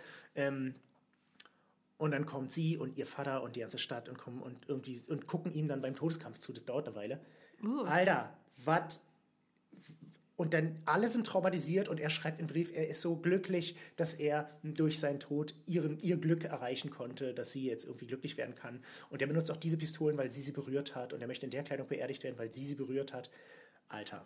Und dann kommt sie und ihr Vater und die ganze Stadt und kommen und gucken ihm dann beim Todeskampf zu. Das dauert eine Weile. Alter, was? Und dann alle sind traumatisiert und er schreibt im Brief, er ist so glücklich, dass er durch seinen Tod ihr Glück erreichen konnte, dass sie jetzt irgendwie glücklich werden kann. Und er benutzt auch diese Pistolen, weil sie berührt hat. Und er möchte in der Kleidung beerdigt werden, weil sie berührt hat. Alter.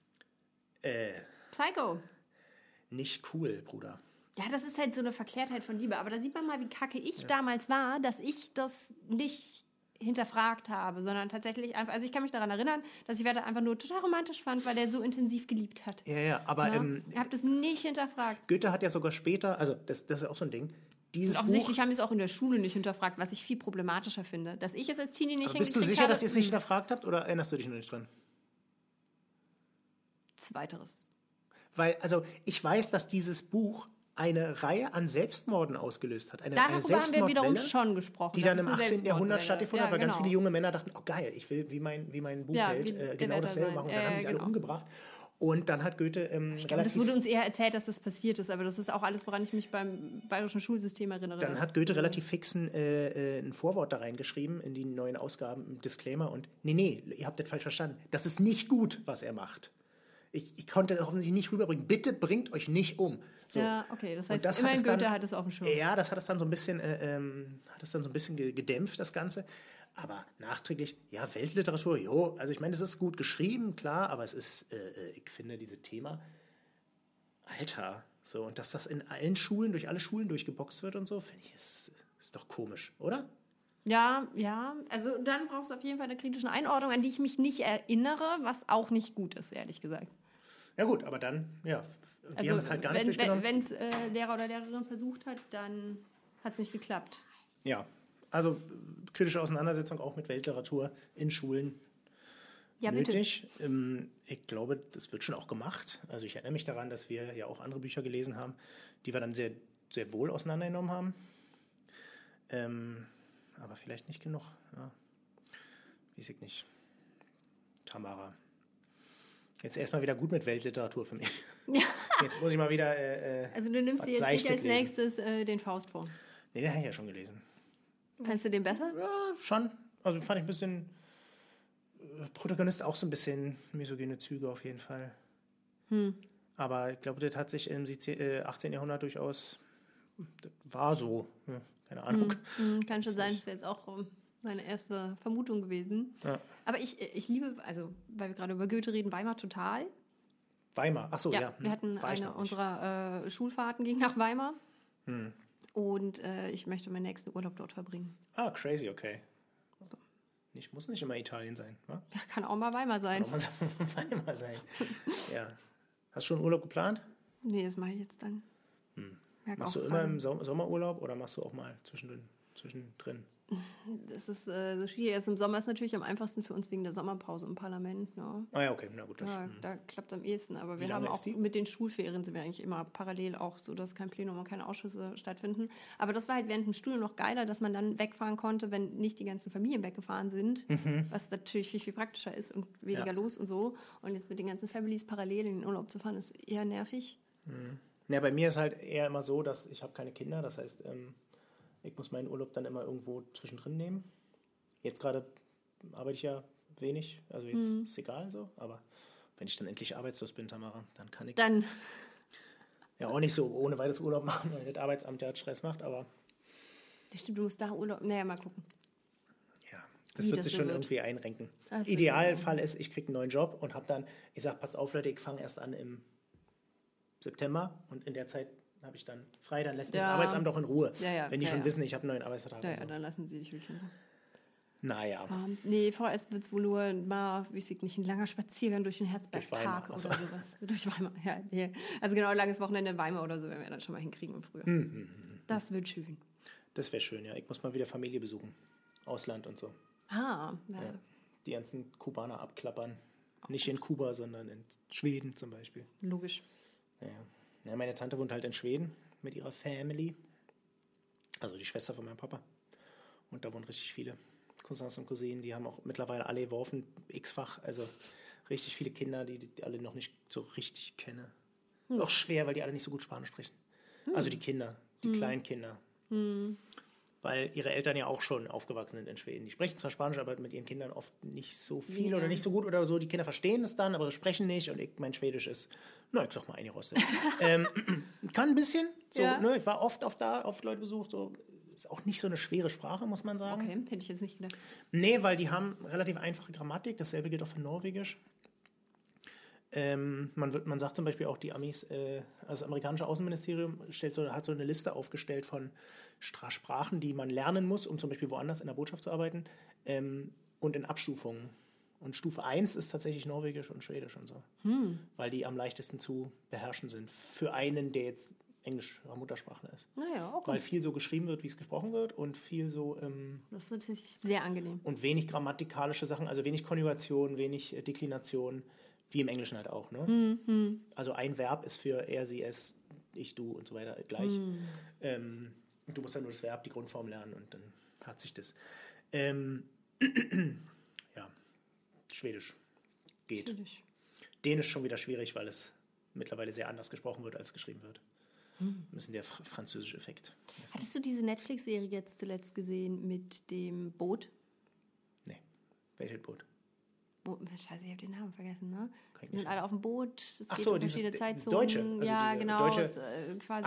Psycho. Nicht cool, Bruder. Ja, das ist halt so eine Verklärtheit von Liebe. Aber da sieht man mal, wie kacke ich damals war, dass ich das nicht hinterfragt habe, sondern tatsächlich einfach, also ich kann mich daran erinnern, dass ich Werther einfach nur total romantisch fand, weil der so intensiv geliebt hat. Ja, aber ich habe das nicht hinterfragt. Goethe hat ja sogar später, also das ist auch so ein Ding, dieses offensichtlich haben wir es auch in der Schule nicht hinterfragt, was ich viel problematischer finde. Dass ich es als Teenie nicht hingekriegt habe. Bist du sicher, dass ihr es nicht hinterfragt habt oder erinnerst du dich noch nicht dran? Zweiteres. Weil, also ich weiß, dass dieses Buch eine Reihe an Selbstmorden ausgelöst hat. Eine Darüber haben wir wiederum schon gesprochen. Die dann im 18. Jahrhundert stattgefunden hat, weil ganz viele junge Männer dachten, oh geil, ich will wie mein Buchheld genau dasselbe machen. Und dann haben sie alle umgebracht. Und dann hat Goethe das wurde uns eher erzählt, dass das passiert ist, aber das ist auch alles, woran ich mich beim bayerischen Schulsystem erinnere. Dann hat Goethe relativ fix ein Vorwort da reingeschrieben in die neuen Ausgaben, ein Disclaimer. Und nee, ihr habt das falsch verstanden. Das ist nicht gut, was er macht. Ich konnte das offensichtlich nicht rüberbringen. Bitte bringt euch nicht um. So. Ja, okay. Das heißt, immerhin Goethe hat es auf dem Schirm. Ja, das hat es dann so ein bisschen, gedämpft, das Ganze. Aber nachträglich, ja, Weltliteratur, jo. Also ich meine, es ist gut geschrieben, klar, aber es ist, ich finde, dieses Thema, Alter, so. Und dass das in allen Schulen, durch alle Schulen durchgeboxt wird und so, finde ich, ist doch komisch, oder? Ja, also dann brauchst du auf jeden Fall eine kritische Einordnung, an die ich mich nicht erinnere, was auch nicht gut ist, ehrlich gesagt. Ja gut, aber dann, ja, die haben es halt gar nicht durchgenommen. Wenn es Lehrer oder Lehrerin versucht hat, dann hat es nicht geklappt. Ja, also kritische Auseinandersetzung auch mit Weltliteratur in Schulen nötig. Ich glaube, das wird schon auch gemacht. Also ich erinnere mich daran, dass wir ja auch andere Bücher gelesen haben, die wir dann sehr, sehr wohl auseinandergenommen haben. Aber vielleicht nicht genug. Ja. Weiß ich nicht. Tamara. Jetzt erstmal wieder gut mit Weltliteratur für mich. Ja. Jetzt muss ich mal wieder. Also du nimmst dir jetzt nicht als nächstes den Faust vor. Nee, den habe ich ja schon gelesen. Fandst du den besser? Ja, schon. Also fand ich ein bisschen. Protagonist auch so ein bisschen misogyne Züge auf jeden Fall. Aber ich glaube, das hat sich im 18. Jahrhundert durchaus. Das war so. Ja, keine Ahnung. Kann schon sein, das wäre jetzt auch meine erste Vermutung gewesen. Ja. Aber ich liebe, also weil wir gerade über Goethe reden, Weimar total. Weimar, ach so, ja. Wir hatten eine unserer Schulfahrten ging nach Weimar. Und ich möchte meinen nächsten Urlaub dort verbringen. Ah, crazy, okay. Muss nicht immer Italien sein, wa? Ja, kann auch mal Weimar sein. Kann auch mal Weimar sein. Ja. Hast du schon Urlaub geplant? Nee, das mache ich jetzt dann. Machst du immer im Sommerurlaub oder machst du auch mal zwischendrin? Das ist so schwierig. Also im Sommer ist natürlich am einfachsten für uns wegen der Sommerpause im Parlament. Ne? Ah ja, okay, na gut. Da klappt es am ehesten. Aber wir haben auch mit den Schulferien sind wir eigentlich immer parallel auch so, dass kein Plenum und keine Ausschüsse stattfinden. Aber das war halt während dem Studium noch geiler, dass man dann wegfahren konnte, wenn nicht die ganzen Familien weggefahren sind, was natürlich viel, viel praktischer ist und weniger los und so. Und jetzt mit den ganzen Families parallel in den Urlaub zu fahren, ist eher nervig. Ja, bei mir ist halt eher immer so, dass ich habe keine Kinder. Das heißt, ich muss meinen Urlaub dann immer irgendwo zwischendrin nehmen. Jetzt gerade arbeite ich ja wenig. Also jetzt ist es egal so. Aber wenn ich dann endlich arbeitslos bin, Tamara, dann kann ich... Dann... Ja, auch nicht so ohne weiteres Urlaub machen, weil das Arbeitsamt ja Stress macht, aber... Das stimmt, du musst da Urlaub... Naja, mal gucken. Ja, das wird sich schon irgendwie einrenken. Idealfall ist, ich kriege einen neuen Job und habe dann... Ich sage, pass auf, Leute, ich fange erst an im September und in der Zeit habe ich dann frei, dann lässt mich das Arbeitsamt auch in Ruhe. Wenn die schon wissen, ich habe einen neuen Arbeitsvertrag. Ja, dann lassen sie dich wirklich in Ruhe. Naja. Nee, vorerst wird es wohl nur mal, weiß ich nicht, ein langer Spaziergang durch den Herzbergpark oder sowas. Durch Weimar, ja. Nee. Also genau, ein langes Wochenende in Weimar oder so, werden wir dann schon mal hinkriegen im Frühjahr. Das wird schön. Das wäre schön, ja. Ich muss mal wieder Familie besuchen. Ausland und so. Ja. Die ganzen Kubaner abklappern. Nicht in Kuba, sondern in Schweden zum Beispiel. Logisch. Ja, meine Tante wohnt halt in Schweden mit ihrer Family. Also die Schwester von meinem Papa. Und da wohnen richtig viele Cousins und Cousinen. Die haben auch mittlerweile alle geworfen, x-fach. Also richtig viele Kinder, die alle noch nicht so richtig kenne. Auch schwer, weil die alle nicht so gut Spanisch sprechen. Also die Kinder, die kleinen Kinder. Weil ihre Eltern ja auch schon aufgewachsen sind in Schweden. Die sprechen zwar Spanisch, aber mit ihren Kindern oft nicht so viel oder nicht so gut oder so. Die Kinder verstehen es dann, aber sprechen nicht. Und mein Schwedisch ist, ich sag mal eingerostet. Kann ein bisschen. So, ne, ich war oft Leute besucht. So. Ist auch nicht so eine schwere Sprache, muss man sagen. Okay, hätte ich jetzt nicht gedacht. Nee, weil die haben relativ einfache Grammatik. Dasselbe gilt auch für Norwegisch. Man sagt zum Beispiel auch, die Amis, also das amerikanische Außenministerium hat so eine Liste aufgestellt von Sprachen, die man lernen muss, um zum Beispiel woanders in der Botschaft zu arbeiten, und in Abstufungen. Und Stufe 1 ist tatsächlich Norwegisch und Schwedisch und so. Weil die am leichtesten zu beherrschen sind. Für einen, der jetzt Englisch Muttersprache ist. Naja, okay. Weil viel so geschrieben wird, wie es gesprochen wird und viel so... das ist natürlich sehr angenehm. Und wenig grammatikalische Sachen, also wenig Konjugation, wenig Deklination, wie im Englischen halt auch. Ne? Also ein Verb ist für er, sie, es, ich, du und so weiter gleich. Du musst dann nur das Verb, die Grundform lernen und dann hat sich das. Ja, Schwedisch geht. Dänisch schon wieder schwierig, weil es mittlerweile sehr anders gesprochen wird, als geschrieben wird. Ein bisschen der französische Effekt. Hattest du diese Netflix-Serie jetzt zuletzt gesehen mit dem Boot? Nee, welches Boot? Scheiße, ich habe den Namen vergessen, ne? Die sind alle auf dem Boot. Es Ach geht so, um verschiedene Zeitzonen. Deutsche. Also ja, genau. Deutsche quasi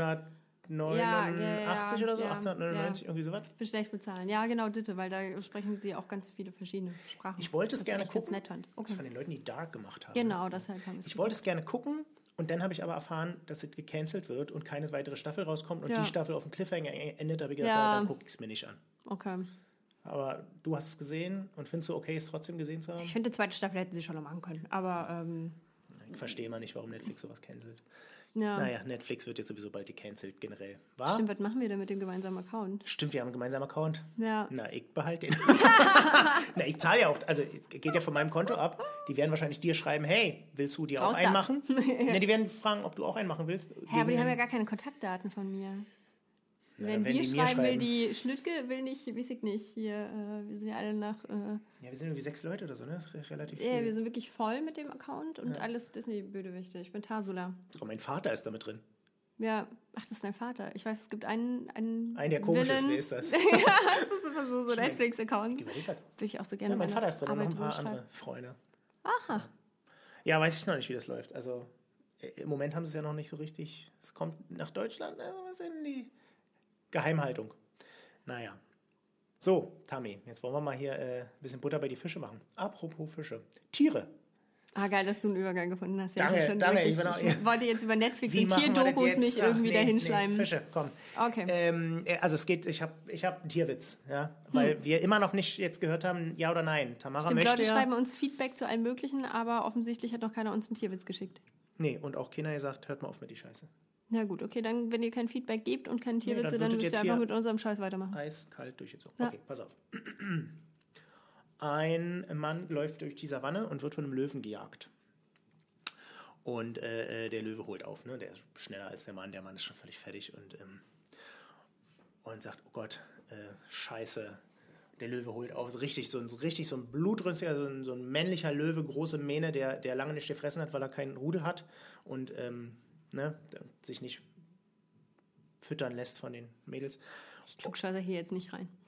1889 oder so, 1899, irgendwie sowas. Ich bin schlecht bezahlen. Ja, genau, bitte, weil da sprechen sie auch ganz viele verschiedene Sprachen. Ich wollte es gerne gucken. Okay. Das von den Leuten, die Dark gemacht haben. Genau, deshalb haben wir es. Ich wollte es gerne gucken und dann habe ich aber erfahren, dass es gecancelt wird und keine weitere Staffel rauskommt und die Staffel auf dem Cliffhanger endet. Da habe ich gedacht, dann gucke ich es mir nicht an. Okay. Aber du hast es gesehen und findest du okay, es trotzdem gesehen zu haben? Ich finde, die zweite Staffel hätten sie schon noch machen können, aber... ich verstehe mal nicht, warum Netflix sowas cancelt. Ja. Naja, Netflix wird jetzt sowieso bald gecancelt, generell. War? Stimmt, was machen wir denn mit dem gemeinsamen Account? Stimmt, wir haben einen gemeinsamen Account. Ja. Na, ich behalte den. Na, ich zahle ja auch, also geht ja von meinem Konto ab. Die werden wahrscheinlich dir schreiben, hey, willst du dir auch einen machen? Ne, die werden fragen, ob du auch einen machen willst. Aber die haben ja gar keine Kontaktdaten von mir. Wenn wir schreiben, will die Schnüttke, will nicht, weiß ich nicht, hier, wir sind ja alle nach... ja, wir sind irgendwie 6 Leute oder so, ne? Das ist relativ viel. Ja, wir sind wirklich voll mit dem Account und alles Disney-Bödewichte. Ich bin Tarsula. Sogar mein Vater ist da mit drin. Ja, ach, das ist dein Vater. Ich weiß, es gibt einen der komisch ist, wer ist das? Ja, das ist immer so ein Netflix-Account. Würde ich auch so gerne mein Vater ist drin und noch ein paar andere Freunde. Aha. Ja, weiß ich noch nicht, wie das läuft. Also im Moment haben sie es ja noch nicht so richtig... Es kommt nach Deutschland, was sind die... Geheimhaltung. Naja. So, Tammy, jetzt wollen wir mal hier ein bisschen Butter bei die Fische machen. Apropos Fische. Tiere. Ah, geil, dass du einen Übergang gefunden hast. Ja, danke. Ich wollte jetzt über Netflix und Tierdokus nicht irgendwie dahinschleimen. Nee, Fische, komm. Okay. Also es geht, ich hab einen Tierwitz, ja, weil wir immer noch nicht jetzt gehört haben, ja oder nein. Tamara Stimmt, möchte Leute schreiben uns Feedback zu allem Möglichen, aber offensichtlich hat noch keiner uns einen Tierwitz geschickt. Nee, und auch keiner gesagt, hört mal auf mit die Scheiße. Na gut, okay, dann, wenn ihr kein Feedback gebt und keine Tierwitze, dann müsst ihr einfach mit unserem Scheiß weitermachen. Eiskalt durchgezogen. Ja. Okay, pass auf. Ein Mann läuft durch die Savanne und wird von einem Löwen gejagt. Und der Löwe holt auf, ne? Der ist schneller als der Mann ist schon völlig fertig und sagt, oh Gott, Scheiße. Der Löwe holt auf, so ein blutrünstiger, so ein männlicher Löwe, große Mähne, der lange nicht gefressen hat, weil er keinen Rudel hat und ne? Sich nicht füttern lässt von den Mädels. Ich klugscheiße hier jetzt nicht rein.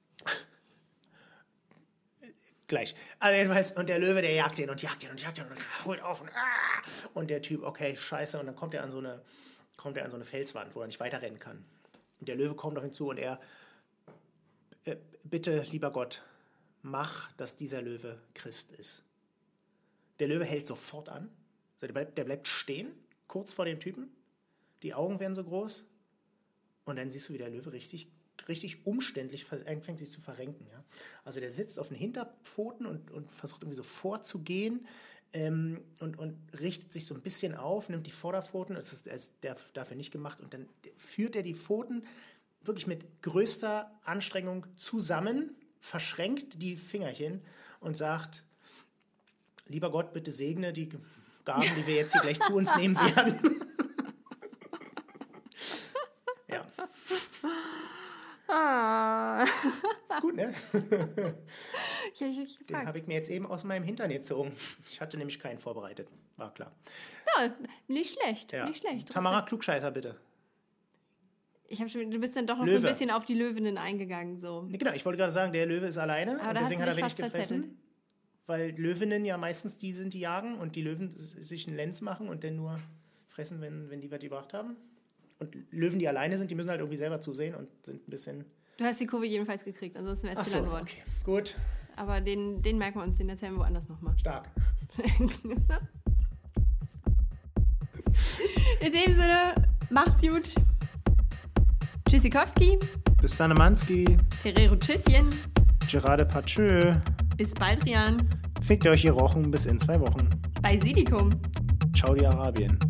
Gleich. Also jedenfalls, und der Löwe, der jagt ihn und holt auf und der Typ, okay, scheiße, und dann kommt er an so eine Felswand, wo er nicht weiterrennen kann. Und der Löwe kommt auf ihn zu und er, bitte, lieber Gott, mach, dass dieser Löwe Christ ist. Der Löwe hält sofort an, also der bleibt stehen, kurz vor dem Typen, die Augen werden so groß und dann siehst du, wie der Löwe richtig umständlich anfängt, sich zu verrenken. Ja? Also der sitzt auf den Hinterpfoten und versucht irgendwie so vorzugehen und richtet sich so ein bisschen auf, nimmt die Vorderpfoten, das ist dafür nicht gemacht, und dann führt er die Pfoten wirklich mit größter Anstrengung zusammen, verschränkt die Fingerchen und sagt, lieber Gott, bitte segne die Gaben, die wir jetzt hier gleich zu uns nehmen werden. Ja. Gut, ne? Den habe ich mir jetzt eben aus meinem Hintern gezogen. Ich hatte nämlich keinen vorbereitet, war klar. Ja, nicht schlecht, ja. Nicht schlecht. Tamara Klugscheißer, bitte. Du bist dann doch noch so ein bisschen auf die Löwinnen eingegangen. So. Genau, ich wollte gerade sagen, der Löwe ist alleine, aber und deswegen hat er wenig gefressen. Weil Löwinnen ja meistens die sind, die jagen und die Löwen sich einen Lenz machen und dann nur fressen, wenn die was gebracht haben. Und Löwen, die alleine sind, die müssen halt irgendwie selber zusehen und sind ein bisschen... Du hast die Kurve jedenfalls gekriegt, ansonsten wäre es zu lang geworden. Okay, gut. Aber den merken wir uns, den erzählen wir woanders nochmal. Stark. In dem Sinne, macht's gut. Tschüssikowski. Bis dann, Manski. Ferrero Tschüsschen. Gerade Patschö. Bis bald, Rian. Fickt euch ihr Rochen bis in 2 Wochen. Bei Sidikum. Ciao, die Arabien.